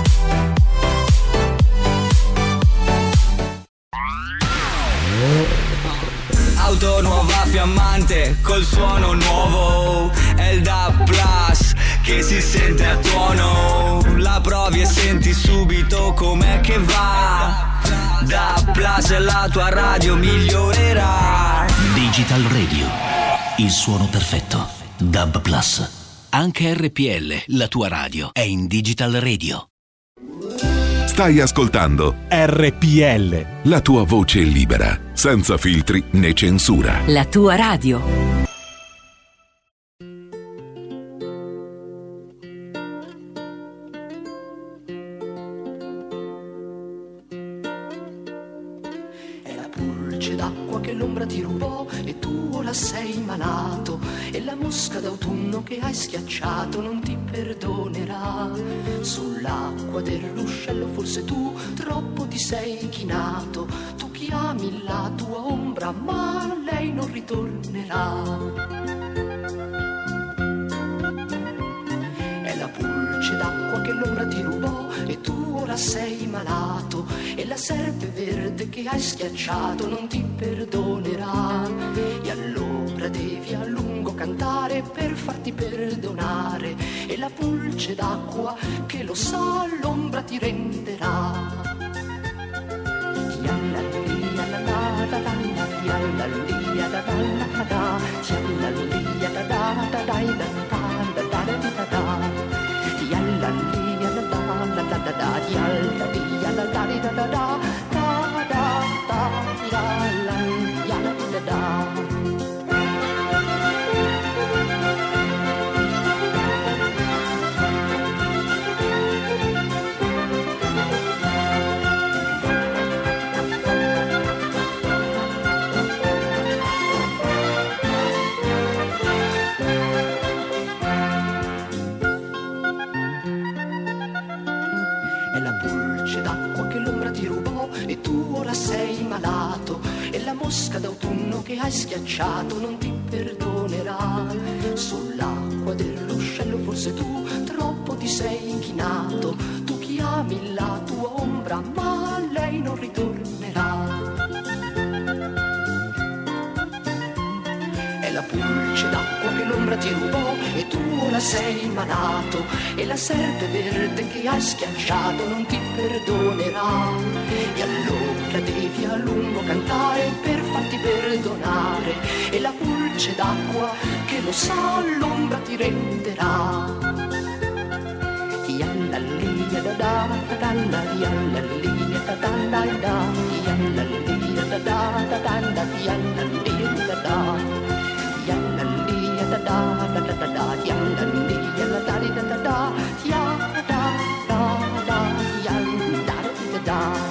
Auto nuova fiammante col suono nuovo, è il D A B Plus che si sente a tuono. La provi e senti subito com'è che va. D A B Plus, la tua radio migliorerà. Digital Radio, il suono perfetto. D A B Plus. Anche R P L, la tua radio, è in Digital Radio. Stai ascoltando R P L, la tua voce libera, senza filtri né censura. La tua radio. pulce d'acqua che l'ombra ti rubò e tu ora sei malato, e la mosca d'autunno che hai schiacciato non ti perdonerà. Sull'acqua del ruscello forse tu troppo ti sei chinato, tu chiami la tua ombra ma lei non ritornerà. È la pulce d'acqua che l'ombra ti rubò e tu ora sei malato, e la serpe verde che hai schiacciato non ti perdonerà. E allora devi a lungo cantare per farti perdonare, e la pulce d'acqua che lo sa l'ombra ti renderà. E la mosca d'autunno che hai schiacciato non ti perdonerà. Sull'acqua del ruscello forse tu troppo ti sei inchinato, tu chiami la tua ombra ma lei non ritornerà. È la pulce d'acqua che l'ombra ti rubò e tu ora sei malato, e la serpe verde che hai schiacciato non ti perdonerà. E allora devi a lungo cantare per farti perdonare, e la pulce d'acqua che lo sa l'ombra ti renderà. Yalla da da da da yalla da da da da yalla da da da da da yalla da da yalla da da da da da da yalla da da da da da ya da da da yalla da da da.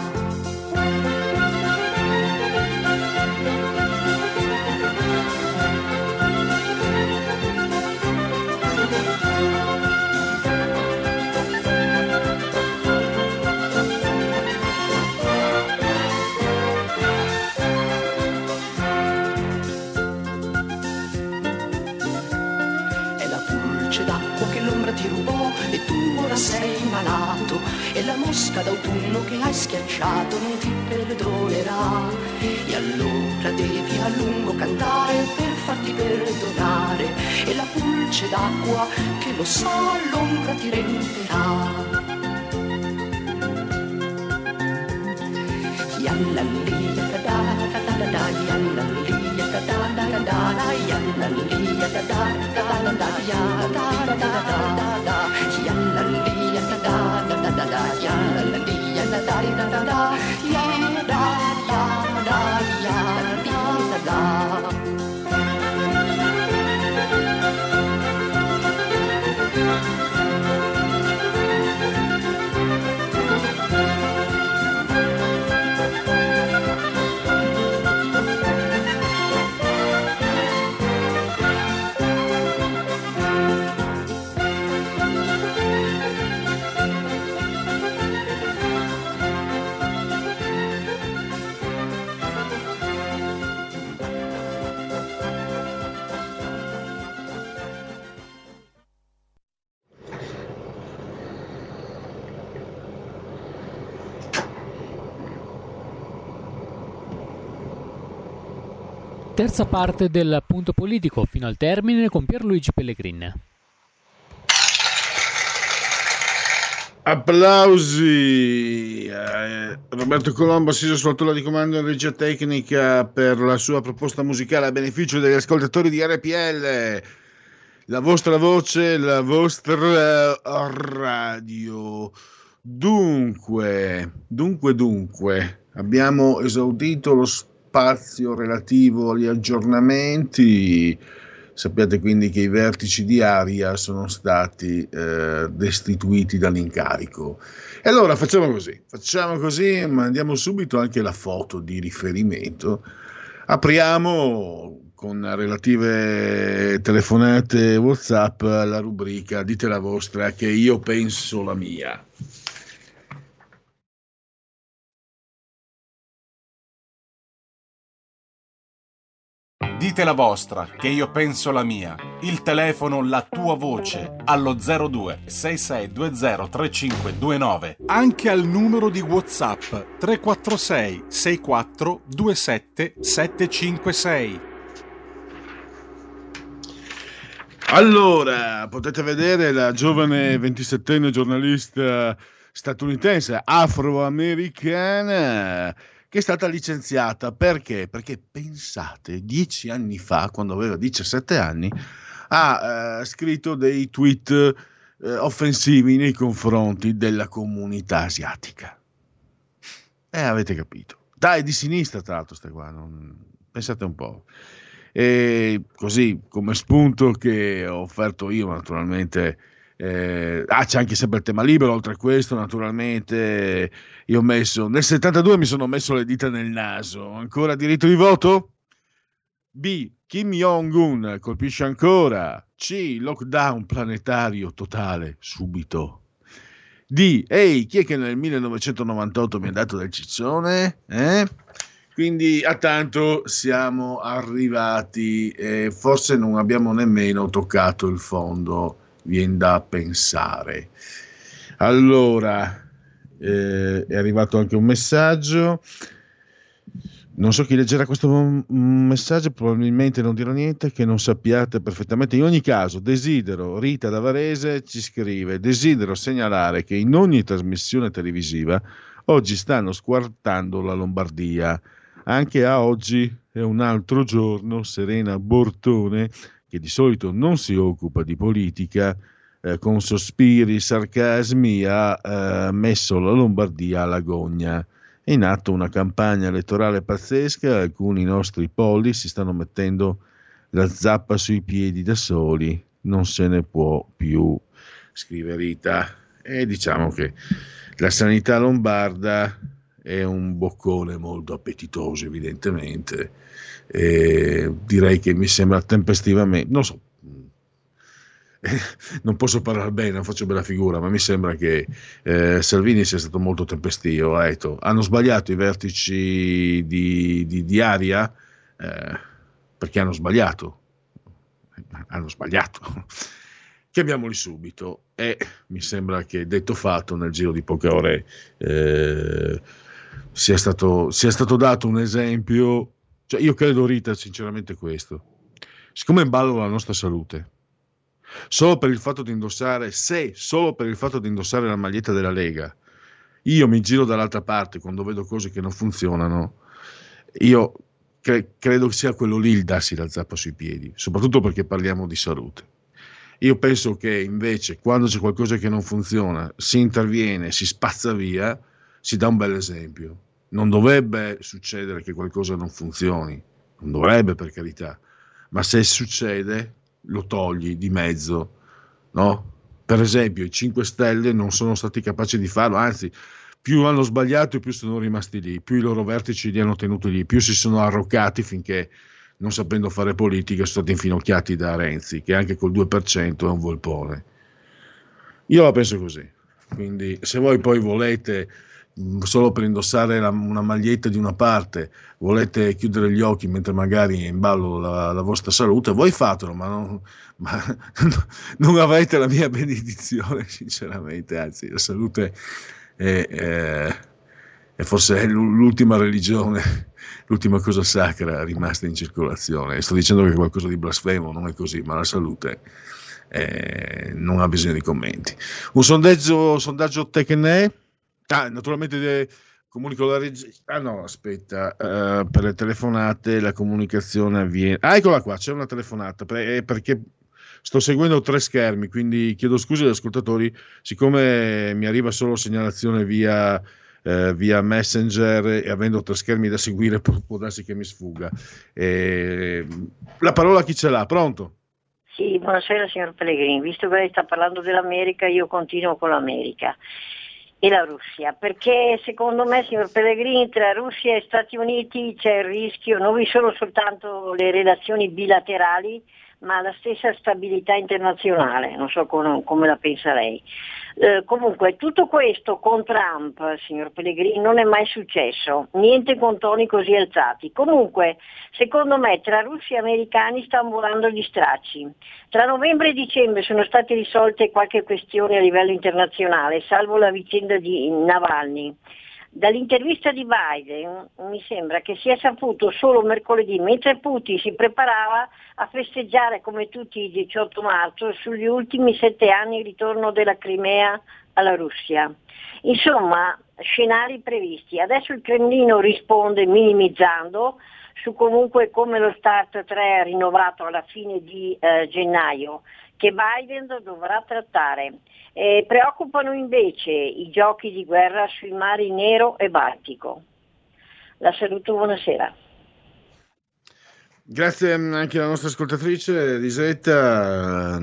Sei malato, e la mosca d'autunno che hai schiacciato non ti perdonerà. E allora devi a lungo cantare per farti perdonare, e la pulce d'acqua che lo sa l'ombra ti renderà. Yalla li da da da da da yalla li da da da da da yalla li da da da da da ya da da da da yalla li da da da da da yalla li da da da da da ya da da da ya da da. Terza parte del punto politico, fino al termine con Pierluigi Pellegrin. Applausi a Roberto Colombo, assiso sulla tolla di comando in regia tecnica, per la sua proposta musicale a beneficio degli ascoltatori di R P L. La vostra voce, la vostra radio. Dunque, dunque, dunque, abbiamo esaudito lo spazio relativo agli aggiornamenti Sappiate quindi che i vertici di Aria sono stati eh, destituiti dall'incarico. E allora facciamo così, facciamo così, mandiamo subito anche la foto di riferimento. Apriamo con relative telefonate WhatsApp la rubrica Dite la vostra, che io penso la mia. Dite la vostra, che io penso la mia. Il telefono, la tua voce, allo zero due sei sei due zero tre cinque due nove. Anche al numero di WhatsApp tre quattro sei sei quattro due sette sette cinque sei. Allora, potete vedere la giovane ventisettenne giornalista statunitense afroamericana che è stata licenziata. Perché? Perché pensate, dieci anni fa, quando aveva diciassette anni, ha eh, scritto dei tweet eh, offensivi nei confronti della comunità asiatica. Eh, avete capito. Dai, di sinistra tra l'altro stai qua, non... pensate un po'. E così, come spunto che ho offerto io, naturalmente... Eh, ah, c'è anche sempre il tema libero. Oltre a questo, naturalmente, io ho messo nel settantadue mi sono messo le dita nel naso. Ancora diritto di voto? B. Kim Jong-un colpisce ancora. C. Lockdown planetario totale subito. D. Ehi, chi è che nel millenovecentonovantotto mi ha dato del ciccione? Eh? Quindi a tanto siamo arrivati e forse non abbiamo nemmeno toccato il fondo. Viene da pensare. Allora, eh, è arrivato anche un messaggio. Non so chi leggerà questo messaggio, probabilmente non dirò niente che non sappiate perfettamente. In ogni caso, desidero, Rita da Varese ci scrive, desidero segnalare che in ogni trasmissione televisiva oggi stanno squartando la Lombardia. Anche a oggi è un altro giorno, Serena Bortone, che di solito non si occupa di politica, eh, con sospiri, sarcasmi, ha eh, messo la Lombardia alla gogna. È in atto una campagna elettorale pazzesca, alcuni nostri polli si stanno mettendo la zappa sui piedi da soli, non se ne può più, scrive Rita. E diciamo che la sanità lombarda è un boccone molto appetitoso, evidentemente. E direi che mi sembra tempestivamente, non so, non posso parlare bene, non faccio bella figura, ma mi sembra che eh, Salvini sia stato molto tempestivo. Ha detto, hanno sbagliato i vertici di, di, di Aria eh, perché hanno sbagliato hanno sbagliato chiamiamoli subito. E mi sembra che detto fatto, nel giro di poche ore eh, sia stato, sia stato dato un esempio. Cioè, io credo, Rita, sinceramente questo, siccome è in ballo la nostra salute, solo per il fatto di indossare, se solo per il fatto di indossare la maglietta della Lega, io mi giro dall'altra parte quando vedo cose che non funzionano, io cre- credo sia quello lì il darsi la zappa sui piedi, soprattutto perché parliamo di salute. Io penso che invece quando c'è qualcosa che non funziona, si interviene, si spazza via, si dà un bel esempio. Non dovrebbe succedere che qualcosa non funzioni, non dovrebbe, per carità, ma se succede lo togli di mezzo, no? Per esempio i cinque Stelle non sono stati capaci di farlo, anzi più hanno sbagliato e più sono rimasti lì, più i loro vertici li hanno tenuti lì, più si sono arroccati finché, non sapendo fare politica, sono stati infinocchiati da Renzi, che anche col due per cento è un volpone. Io la penso così, quindi se voi poi volete, solo per indossare la, una maglietta di una parte, volete chiudere gli occhi mentre magari è in ballo la, la vostra salute, voi fatelo, ma, non, ma non avrete la mia benedizione, sinceramente. Anzi, la salute è, è, è forse l'ultima religione, l'ultima cosa sacra rimasta in circolazione. Sto dicendo che è qualcosa di blasfemo, non è così, ma la salute eh, non ha bisogno di commenti. Un sondaggio, sondaggio Tecne. Ah, naturalmente de- comunico la regia. Ah no, aspetta, uh, per le telefonate la comunicazione avviene. Ah, eccola qua, c'è una telefonata per- perché sto seguendo tre schermi, quindi chiedo scusa agli ascoltatori, siccome mi arriva solo segnalazione via, eh, via Messenger e avendo tre schermi da seguire può, può darsi che mi sfugga. E... la parola a chi ce l'ha? Pronto? Sì, buonasera signor Pellegrini, visto che lei sta parlando dell'America, io continuo con l'America e la Russia, perché secondo me, signor Pellegrini, tra Russia e Stati Uniti c'è il rischio, non vi sono soltanto le relazioni bilaterali, ma la stessa stabilità internazionale, non so come, come la pensa lei. Eh, comunque tutto questo con Trump, signor Pellegrini, non è mai successo, niente con toni così alzati. Comunque, secondo me, tra russi e americani stanno volando gli stracci. Tra novembre e dicembre sono state risolte qualche questione a livello internazionale, salvo la vicenda di Navalny. Dall'intervista di Biden mi sembra che sia saputo solo mercoledì, mentre Putin si preparava a festeggiare come tutti il diciotto marzo sugli ultimi sette anni il ritorno della Crimea alla Russia. Insomma, scenari previsti. Adesso il Cremlino risponde minimizzando su comunque come lo START tre rinnovato alla fine di eh, gennaio, che Biden dovrà trattare. Eh, preoccupano invece i giochi di guerra sui mari Nero e Baltico. La saluto, buonasera. Grazie anche alla nostra ascoltatrice Risetta,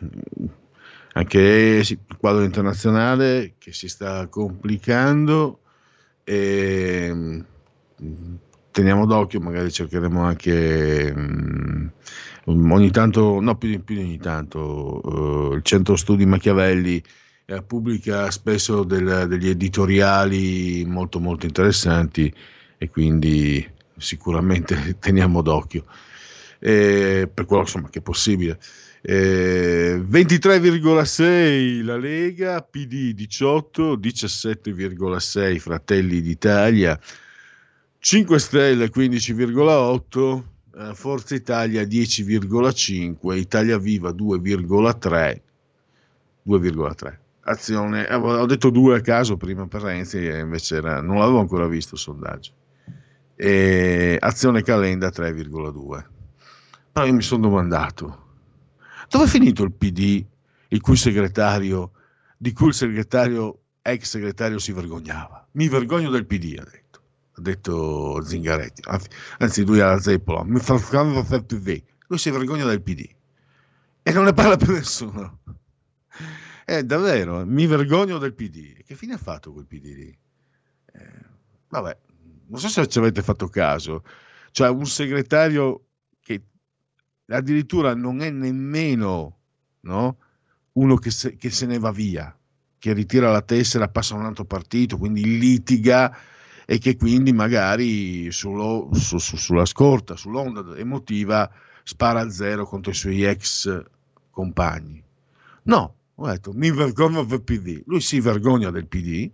anche sì, il quadro internazionale che si sta complicando e teniamo d'occhio, magari cercheremo anche um, ogni tanto, no più di, più di ogni tanto, uh, il Centro Studi Machiavelli uh, pubblica spesso del, degli editoriali molto molto interessanti e quindi sicuramente teniamo d'occhio eh, per quello insomma, che è possibile. Eh, ventitré virgola sei la Lega, P D diciotto, diciassette virgola sei Fratelli d'Italia, cinque Stelle quindici virgola otto, eh, Forza Italia dieci virgola cinque, Italia Viva due virgola tre, due virgola tre. Azione, eh, ho detto due a caso prima per Renzi e invece era, non l'avevo ancora visto il sondaggio. E Azione Calenda tre virgola due. Però io mi sono domandato, dove è finito il P D, il cui segretario, di cui il segretario, ex segretario si vergognava? Mi vergogno del P D, ha detto, ha detto Zingaretti, anzi, anzi lui alla Zeppola, mi fa del P D, lui si vergogna del P D e non ne parla più nessuno. Eh, davvero, mi vergogno del P D. Che fine ha fatto quel P D lì? Eh, vabbè, non so se ci avete fatto caso, cioè un segretario che addirittura non è nemmeno, no, uno che se, che se ne va via, che ritira la tessera, passa a un altro partito, quindi litiga e che quindi magari sullo, su, su, sulla scorta, sull'onda emotiva spara a zero contro i suoi ex compagni. No, ho detto, mi vergogno del P D. Lui si vergogna del P D,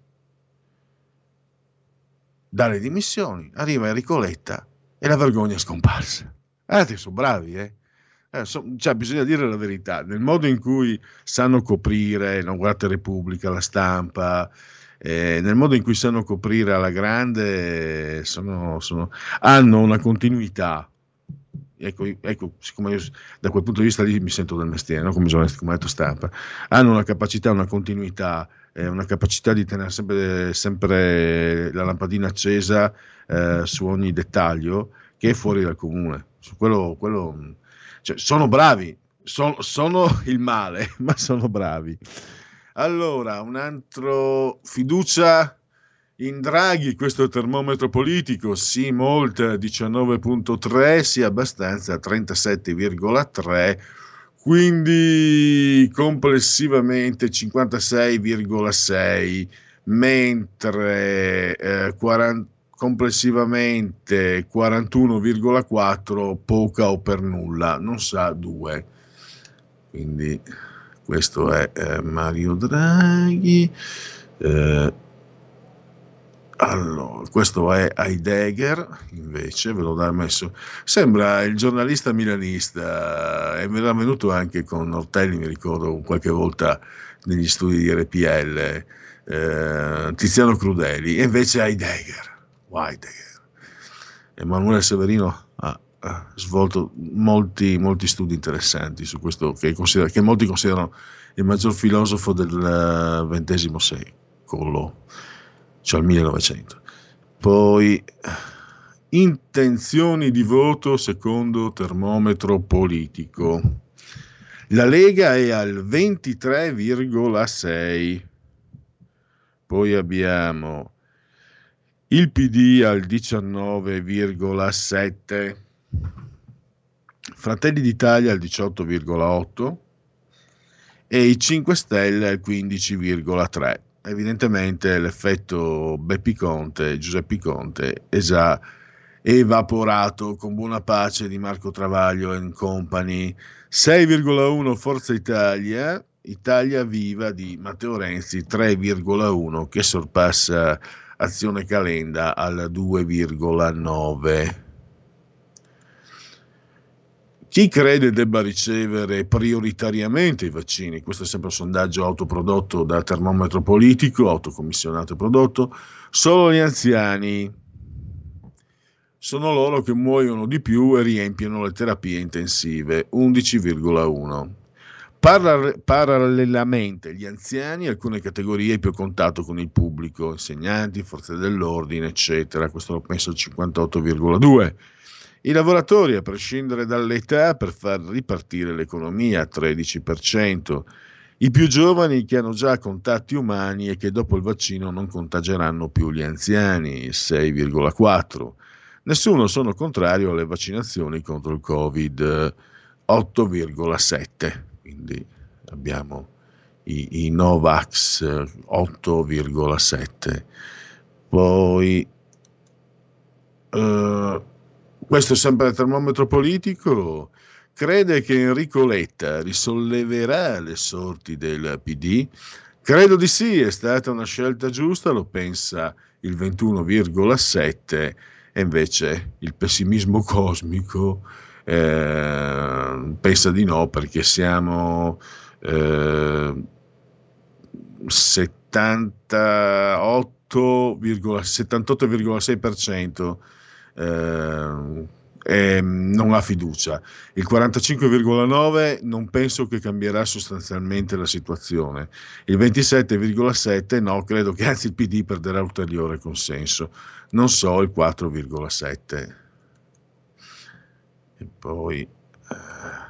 dà le dimissioni, arriva Enrico Letta e la vergogna è scomparsa. Guardate, sono bravi, eh? eh so, cioè, bisogna dire la verità, nel modo in cui sanno coprire, non guardate Repubblica, La Stampa, eh, nel modo in cui sanno coprire alla grande, sono, sono, hanno una continuità. Ecco, ecco, siccome io da quel punto di vista lì mi sento del mestiere, no? Come giornalista, come ha detto Stampa, hanno una capacità, una continuità, eh, una capacità di tenere sempre, sempre la lampadina accesa eh, su ogni dettaglio che è fuori dal comune. Su quello, quello cioè, sono bravi, so, sono il male, ma sono bravi. Allora, un altro, fiducia in Draghi, questo è il termometro politico, sì molta diciannove virgola tre, sì abbastanza trentasette virgola tre, quindi complessivamente cinquantasei virgola sei, mentre eh, quaranta, complessivamente quarantuno virgola quattro, poca o per nulla, non sa due. Quindi questo è eh, Mario Draghi. Eh, Allora, questo è Heidegger, invece, ve l'ho messo, sembra il giornalista milanista, e me l'ha venuto anche con Ortelli, mi ricordo qualche volta negli studi di R P L, eh, Tiziano Crudeli, e invece Heidegger, Heidegger. Emanuele Severino ha, ha svolto molti, molti studi interessanti su questo, che, considera, che molti considerano il maggior filosofo del ventesimo secolo. Cioè al millenovecento. Poi intenzioni di voto secondo termometro politico. La Lega è al ventitré virgola sei, poi abbiamo il P D al diciannove virgola sette, Fratelli d'Italia al diciotto virgola otto e i cinque Stelle al quindici virgola tre. Evidentemente l'effetto Beppi Conte, Giuseppe Conte, è già evaporato con buona pace di Marco Travaglio and Company. sei virgola uno Forza Italia, Italia Viva di Matteo Renzi tre virgola uno, che sorpassa Azione Calenda al due virgola nove. Chi crede debba ricevere prioritariamente i vaccini? Questo è sempre un sondaggio autoprodotto da Termometro Politico, autocommissionato e prodotto. Solo gli anziani. Sono loro che muoiono di più e riempiono le terapie intensive, undici virgola uno. Paral- parallelamente gli anziani, alcune categorie più a contatto con il pubblico, insegnanti, forze dell'ordine, eccetera. Questo lo penso al cinquantotto virgola due. I lavoratori, a prescindere dall'età, per far ripartire l'economia, tredici per cento. I più giovani che hanno già contatti umani e che dopo il vaccino non contageranno più gli anziani, sei virgola quattro. Nessuno sono contrario alle vaccinazioni contro il Covid, otto virgola sette. Quindi abbiamo i, i Novax, otto virgola sette. Poi... Uh, Questo è sempre il Termometro Politico. Crede che Enrico Letta risolleverà le sorti del P D? Credo di sì, è stata una scelta giusta, lo pensa il ventuno virgola sette, e invece il pessimismo cosmico eh, pensa di no, perché siamo eh, settantotto virgola sei per cento Eh, eh, non ha fiducia. Il quarantacinque virgola nove non penso che cambierà sostanzialmente la situazione. Il ventisette virgola sette no, credo che anzi il P D perderà ulteriore consenso. Non so, il quattro virgola sette. E poi eh,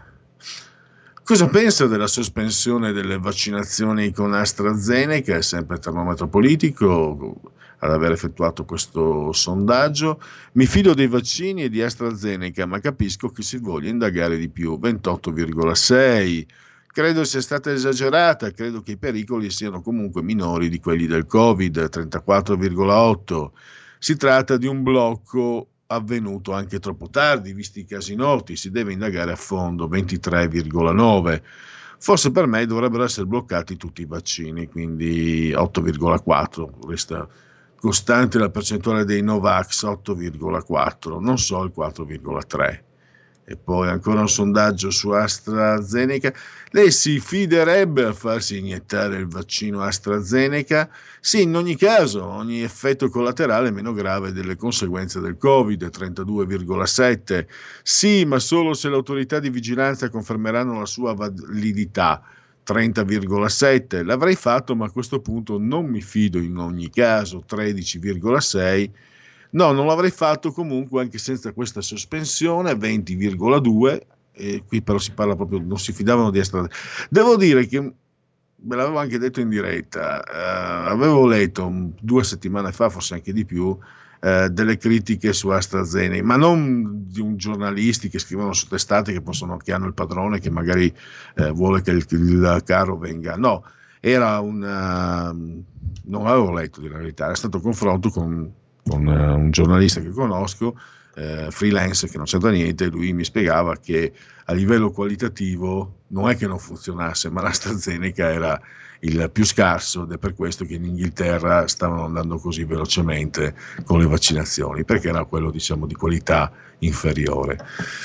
cosa pensa della sospensione delle vaccinazioni con AstraZeneca? È sempre il Termometro Politico ad aver effettuato questo sondaggio. Mi fido dei vaccini e di AstraZeneca, ma capisco che si voglia indagare di più, ventotto virgola sei. Credo sia stata esagerata, credo che i pericoli siano comunque minori di quelli del Covid, trentaquattro virgola otto. Si tratta di un blocco avvenuto anche troppo tardi, visti i casi noti, si deve indagare a fondo, ventitré virgola nove. Forse per me dovrebbero essere bloccati tutti i vaccini, quindi otto virgola quattro, resta costante la percentuale dei Novax, otto virgola quattro, non so il quattro virgola tre. E poi ancora un sondaggio su AstraZeneca. Lei si fiderebbe a farsi iniettare il vaccino AstraZeneca? Sì, in ogni caso, ogni effetto collaterale è meno grave delle conseguenze del Covid, trentadue virgola sette. Sì, ma solo se le autorità di vigilanza confermeranno la sua validità, trenta virgola sette. L'avrei fatto, ma a questo punto non mi fido in ogni caso, tredici virgola sei. No, non l'avrei fatto comunque anche senza questa sospensione, venti virgola due. E qui però si parla proprio, non si fidavano di AstraZeneca. Devo dire che, ve l'avevo anche detto in diretta, eh, avevo letto due settimane fa, forse anche di più, eh, delle critiche su AstraZeneca, ma non di un giornalisti che scrivono su testate che possono, che hanno il padrone che magari eh, vuole che il, il carro venga. No, era una, non avevo letto di la verità, era stato confronto con con uh, un giornalista che conosco, eh, freelance, che non c'entra niente. Lui mi spiegava che a livello qualitativo non è che non funzionasse, ma l'AstraZeneca era il più scarso, ed è per questo che in Inghilterra stavano andando così velocemente con le vaccinazioni, perché era quello, diciamo, di qualità inferiore.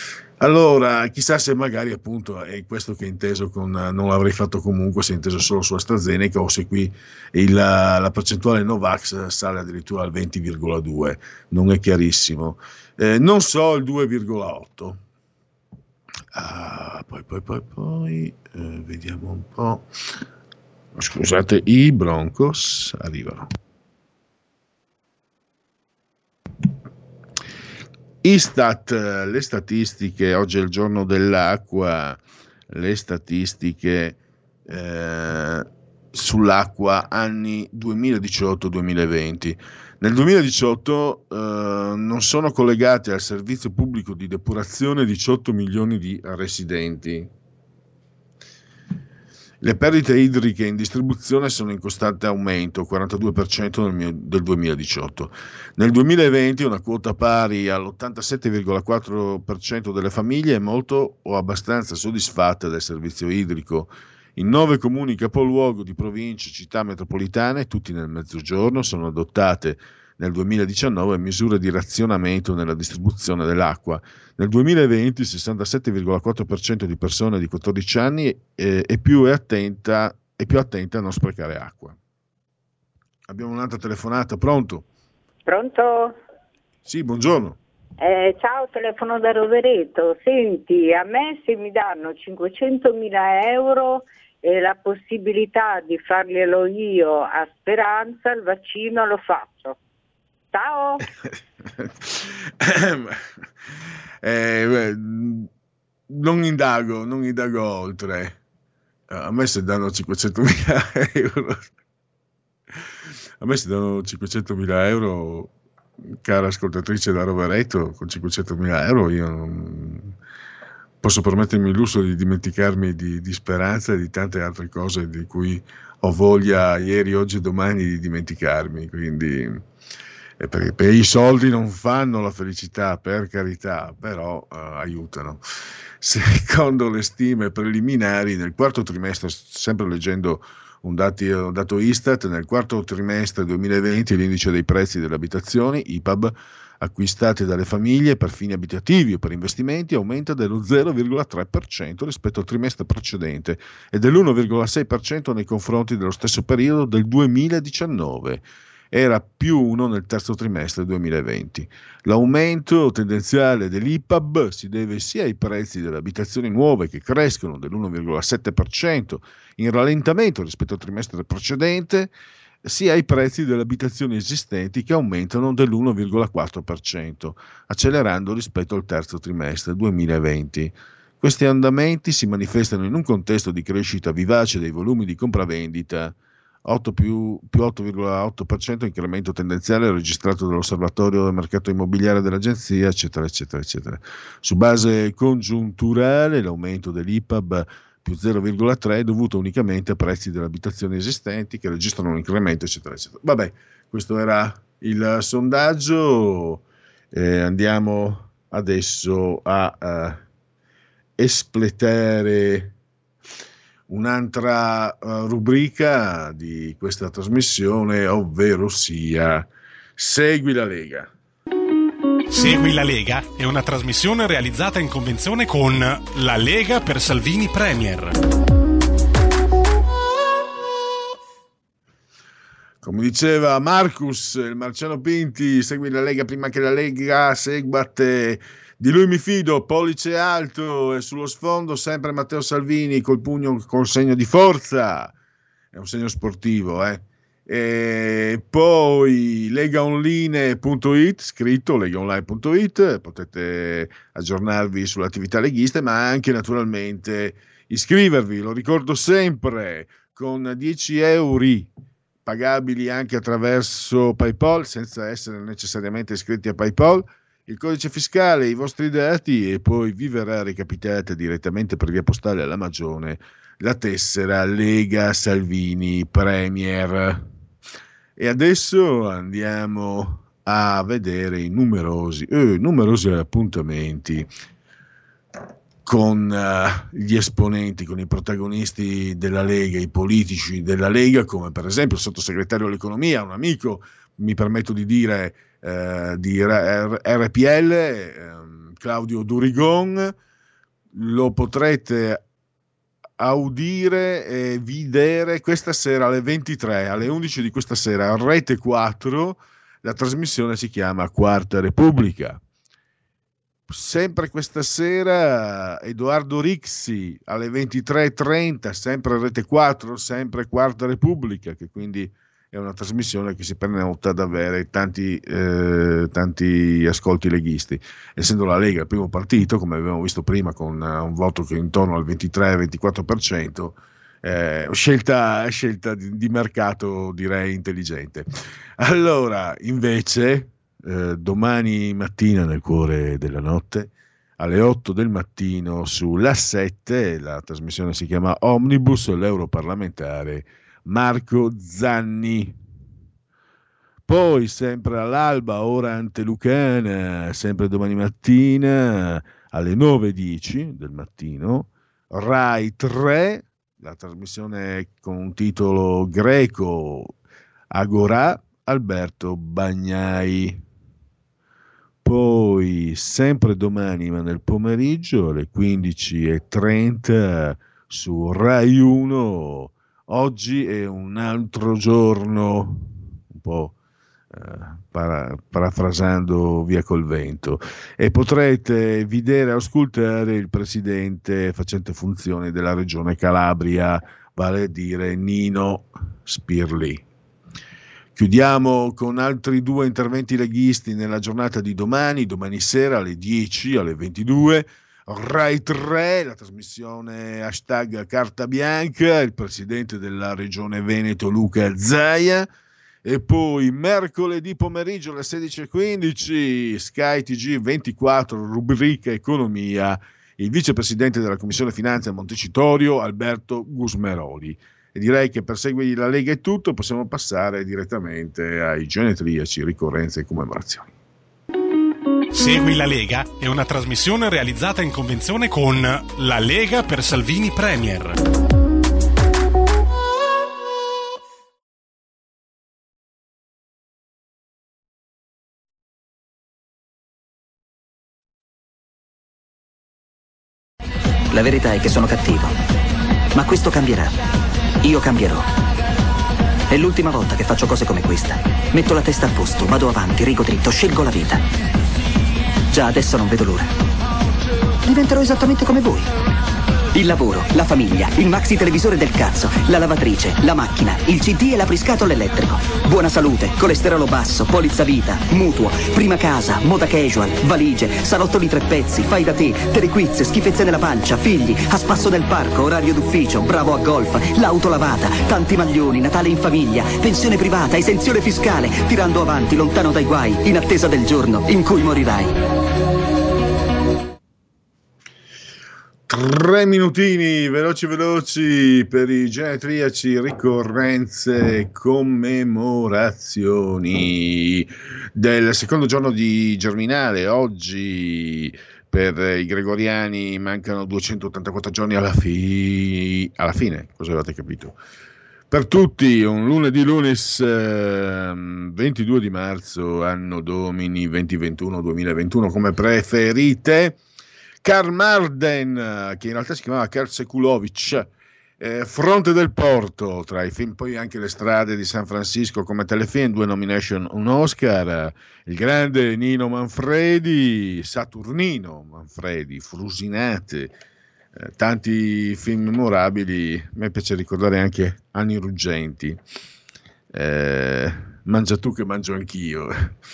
Allora, chissà se magari appunto è questo che è inteso con non l'avrei fatto comunque, se è inteso solo su AstraZeneca, o se qui il, la percentuale Novax sale addirittura al venti virgola due, non è chiarissimo. Eh, non so il due virgola otto. Ah, poi, poi, poi, poi, eh, vediamo un po'. Scusate, i Broncos arrivano. Istat, le statistiche, oggi è il giorno dell'acqua, le statistiche eh, sull'acqua anni duemiladiciotto duemilaventi. Nel duemiladiciotto eh, non sono collegati al servizio pubblico di depurazione diciotto milioni di residenti. Le perdite idriche in distribuzione sono in costante aumento, quarantadue per cento nel mio, del duemiladiciotto. Nel duemilaventi una quota pari all'ottantasette virgola quattro per cento delle famiglie è molto o abbastanza soddisfatta del servizio idrico. In nove comuni capoluogo di province, città metropolitane, tutti nel Mezzogiorno, sono adottate nel duemiladiciannove misure di razionamento nella distribuzione dell'acqua. Nel duemilaventi il sessantasette virgola quattro per cento di persone di quattordici anni eh, è, più è, attenta, è più attenta a non sprecare acqua. Abbiamo un'altra telefonata, pronto? Pronto? Sì, buongiorno. Eh, ciao, telefono da Rovereto. Senti, a me se mi danno cinquecentomila euro e la possibilità di farglielo io a Speranza, il vaccino lo faccio. Ciao. eh, beh, non indago, non indago oltre. A me se danno cinquecentomila euro, a me se danno cinquecentomila euro, cara ascoltatrice da Rovereto, con cinquecentomila euro io non posso permettermi il lusso di dimenticarmi di, di Speranza e di tante altre cose di cui ho voglia ieri, oggi e domani di dimenticarmi, quindi eh, per, per i soldi non fanno la felicità, per carità, però eh, aiutano. Secondo le stime preliminari nel quarto trimestre, sempre leggendo un, dati, un dato Istat, nel quarto trimestre duemilaventi l'indice dei prezzi delle abitazioni, I P A B, acquistate dalle famiglie per fini abitativi o per investimenti aumenta dello zero virgola tre per cento rispetto al trimestre precedente e dell'uno virgola sei per cento nei confronti dello stesso periodo del duemiladiciannove. Era più uno nel terzo trimestre duemilaventi. L'aumento tendenziale dell'I P A B si deve sia ai prezzi delle abitazioni nuove che crescono dell'uno virgola sette per cento in rallentamento rispetto al trimestre precedente, sia ai prezzi delle abitazioni esistenti che aumentano dell'uno virgola quattro per cento, accelerando rispetto al terzo trimestre duemilaventi. Questi andamenti si manifestano in un contesto di crescita vivace dei volumi di compravendita, otto più, più otto virgola otto per cento incremento tendenziale registrato dall'osservatorio del mercato immobiliare dell'agenzia, eccetera, eccetera, eccetera. Su base congiunturale l'aumento dell'I P A B più zero virgola tre è dovuto unicamente a prezzi delle abitazioni esistenti che registrano un incremento, eccetera, eccetera. Vabbè, questo era il sondaggio. Eh, andiamo adesso a uh, espletare un'altra uh, rubrica di questa trasmissione, ovvero sia Segui la Lega. Segui la Lega è una trasmissione realizzata in convenzione con La Lega per Salvini Premier. Come diceva Marcus, il Marciano Pinti, segui la Lega prima che la Lega seguate. Di lui mi fido, pollice alto, e sullo sfondo sempre Matteo Salvini col pugno col segno di forza, è un segno sportivo, eh. E poi legaonline punto it, scritto legaonline punto it, potete aggiornarvi sulle attività leghiste, ma anche naturalmente iscrivervi, lo ricordo sempre, con dieci euro pagabili anche attraverso PayPal senza essere necessariamente iscritti a PayPal, il codice fiscale, i vostri dati e poi vi verrà recapitata direttamente per via postale alla Magione la tessera Lega Salvini Premier. E adesso andiamo a vedere i numerosi, eh, numerosi appuntamenti con uh, gli esponenti, con i protagonisti della Lega, i politici della Lega, come per esempio il sottosegretario all'economia, un amico, mi permetto di dire, eh, di R- R P L, eh, Claudio Durigon. Lo potrete audire e vedere questa sera alle ventitré, alle undici di questa sera, a Rete quattro. La trasmissione si chiama Quarta Repubblica. Sempre questa sera Edoardo Rixi alle ventitré e trenta, sempre Rete quattro, sempre Quarta Repubblica, che quindi è una trasmissione che si prenota ad avere tanti, eh, tanti ascolti leghisti. Essendo la Lega il primo partito, come abbiamo visto prima, con uh, un voto che è intorno al ventitré ventiquattro per cento, eh, scelta, scelta di, di mercato, direi intelligente. Allora, invece, eh, domani mattina nel cuore della notte, alle otto del mattino sulla sette, la trasmissione si chiama Omnibus, l'europarlamentare Marco Zanni. Poi sempre all'alba, ora antelucana, sempre domani mattina alle nove e dieci del mattino, Rai tre, la trasmissione con un titolo greco, Agorà, Alberto Bagnai. Poi sempre domani, ma nel pomeriggio, alle quindici e trenta su Rai uno, Oggi è un altro giorno, un po' eh, para, parafrasando Via col vento, e potrete vedere e ascoltare il presidente facente funzione della regione Calabria, vale a dire Nino Spirli. Chiudiamo con altri due interventi leghisti nella giornata di domani, domani sera alle dieci, alle ventidue, Rai tre, la trasmissione hashtag Carta Bianca, il presidente della regione Veneto Luca Zaia, e poi mercoledì pomeriggio alle sedici e quindici Sky T G ventiquattro, rubrica Economia, il vicepresidente della Commissione Finanze a Montecitorio Alberto Gusmeroli. E direi che per Segui la Lega è tutto, possiamo passare direttamente ai genetriaci, ricorrenze e commemorazioni. Segui la Lega è una trasmissione realizzata in convenzione con La Lega per Salvini Premier. La verità è che sono cattivo, ma questo cambierà. Io cambierò. È l'ultima volta che faccio cose come questa. Metto la testa a posto, vado avanti, rigo dritto, scelgo la vita. Già adesso non vedo l'ora. Diventerò esattamente come voi. Il lavoro, la famiglia, il maxi televisore del cazzo, la lavatrice, la macchina, il C D e l'apriscatole elettrico. Buona salute, colesterolo basso, polizza vita, mutuo, prima casa, moda casual, valigie, salottoli tre pezzi, fai da te, telequiz, schifezze nella pancia, figli, a spasso nel parco, orario d'ufficio, bravo a golf, l'auto lavata, tanti maglioni, Natale in famiglia, pensione privata, esenzione fiscale, tirando avanti, lontano dai guai, in attesa del giorno in cui morirai. Tre minutini veloci veloci per i genetriaci, ricorrenze, commemorazioni del secondo giorno di Germinale. Oggi per i gregoriani mancano duecentottantaquattro giorni alla, fi- alla fine, cosa avete capito? Per tutti un lunedì lunis eh, ventidue di marzo, anno domini duemilaventuno duemilaventuno, come preferite. Karl Marden, che in realtà si chiamava Karl Sekulovic, eh, Fronte del Porto, tra i film, poi anche Le strade di San Francisco come telefilm, due nomination, un Oscar, il grande Nino Manfredi, Saturnino Manfredi, Frusinate, eh, tanti film memorabili. A me piace ricordare anche Anni ruggenti, eh, Mangia tu che mangio anch'io,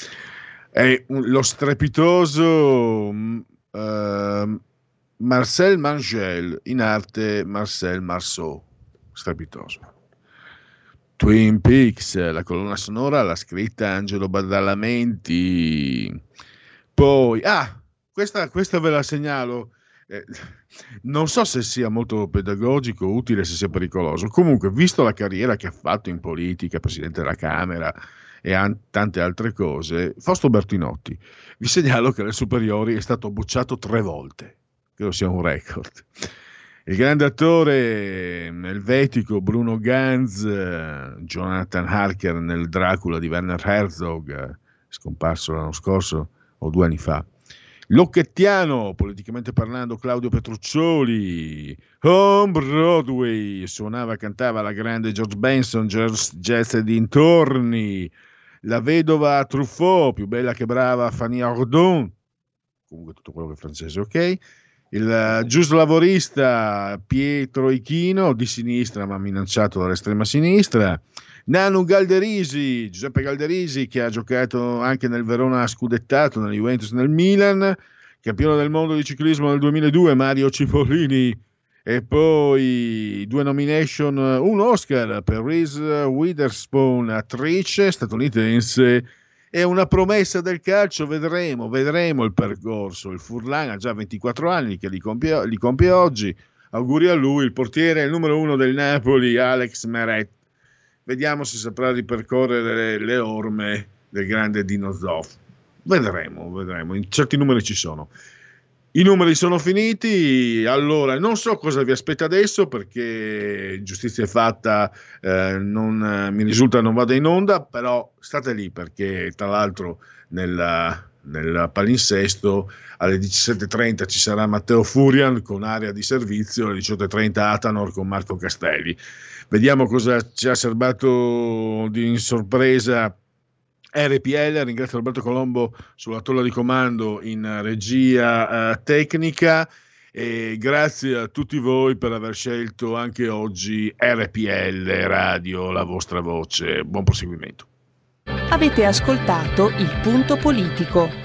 è un, lo strepitoso Uh, Marcel Mangel, in arte Marcel Marceau, strepitoso. Twin Peaks, la colonna sonora l'ha scritta Angelo Badalamenti. Poi, ah, questa, questa ve la segnalo, eh, non so se sia molto pedagogico, utile, se sia pericoloso. Comunque, visto la carriera che ha fatto in politica, presidente della Camera e an- tante altre cose, Fausto Bertinotti, vi segnalo che alle superiori è stato bocciato tre volte, credo sia un record. Il grande attore elvetico Bruno Ganz, Jonathan Harker nel Dracula di Werner Herzog, scomparso l'anno scorso o due anni fa. Locchettiano, politicamente parlando, Claudio Petruccioli. On Broadway suonava e cantava la grande George Benson, jazz e dintorni. La vedova Truffaut, più bella che brava Fanny Ardant, comunque tutto quello che è francese, ok? il giuslavorista Pietro Ichino, di sinistra ma minacciato dall'estrema sinistra, Nanu Galderisi, Giuseppe Galderisi, che ha giocato anche nel Verona scudettato, nel Juventus, nel Milan, campione del mondo di ciclismo nel duemiladue, Mario Cipollini, e poi due nomination, un Oscar per Reese Witherspoon, attrice statunitense, e una promessa del calcio. Vedremo, vedremo il percorso. Il Furlan ha già ventiquattro anni, che li compie, li compie oggi. Auguri a lui. Il portiere, il numero uno del Napoli, Alex Meret. Vediamo se saprà ripercorrere le orme del grande Dino Zoff. Vedremo, vedremo. In certi numeri ci sono. I numeri sono finiti, allora non so cosa vi aspetta adesso, perché Giustizia è fatta, eh, non, mi risulta non vada in onda, però state lì, perché tra l'altro nel, nel palinsesto alle diciassette e trenta ci sarà Matteo Furian con area di servizio, alle diciotto e trenta Atanor con Marco Castelli. Vediamo cosa ci ha serbato di sorpresa R P L. Ringrazio Roberto Colombo sulla tolla di comando in regia eh, tecnica, e grazie a tutti voi per aver scelto anche oggi R P L Radio, la vostra voce. Buon proseguimento. Avete ascoltato Il Punto Politico.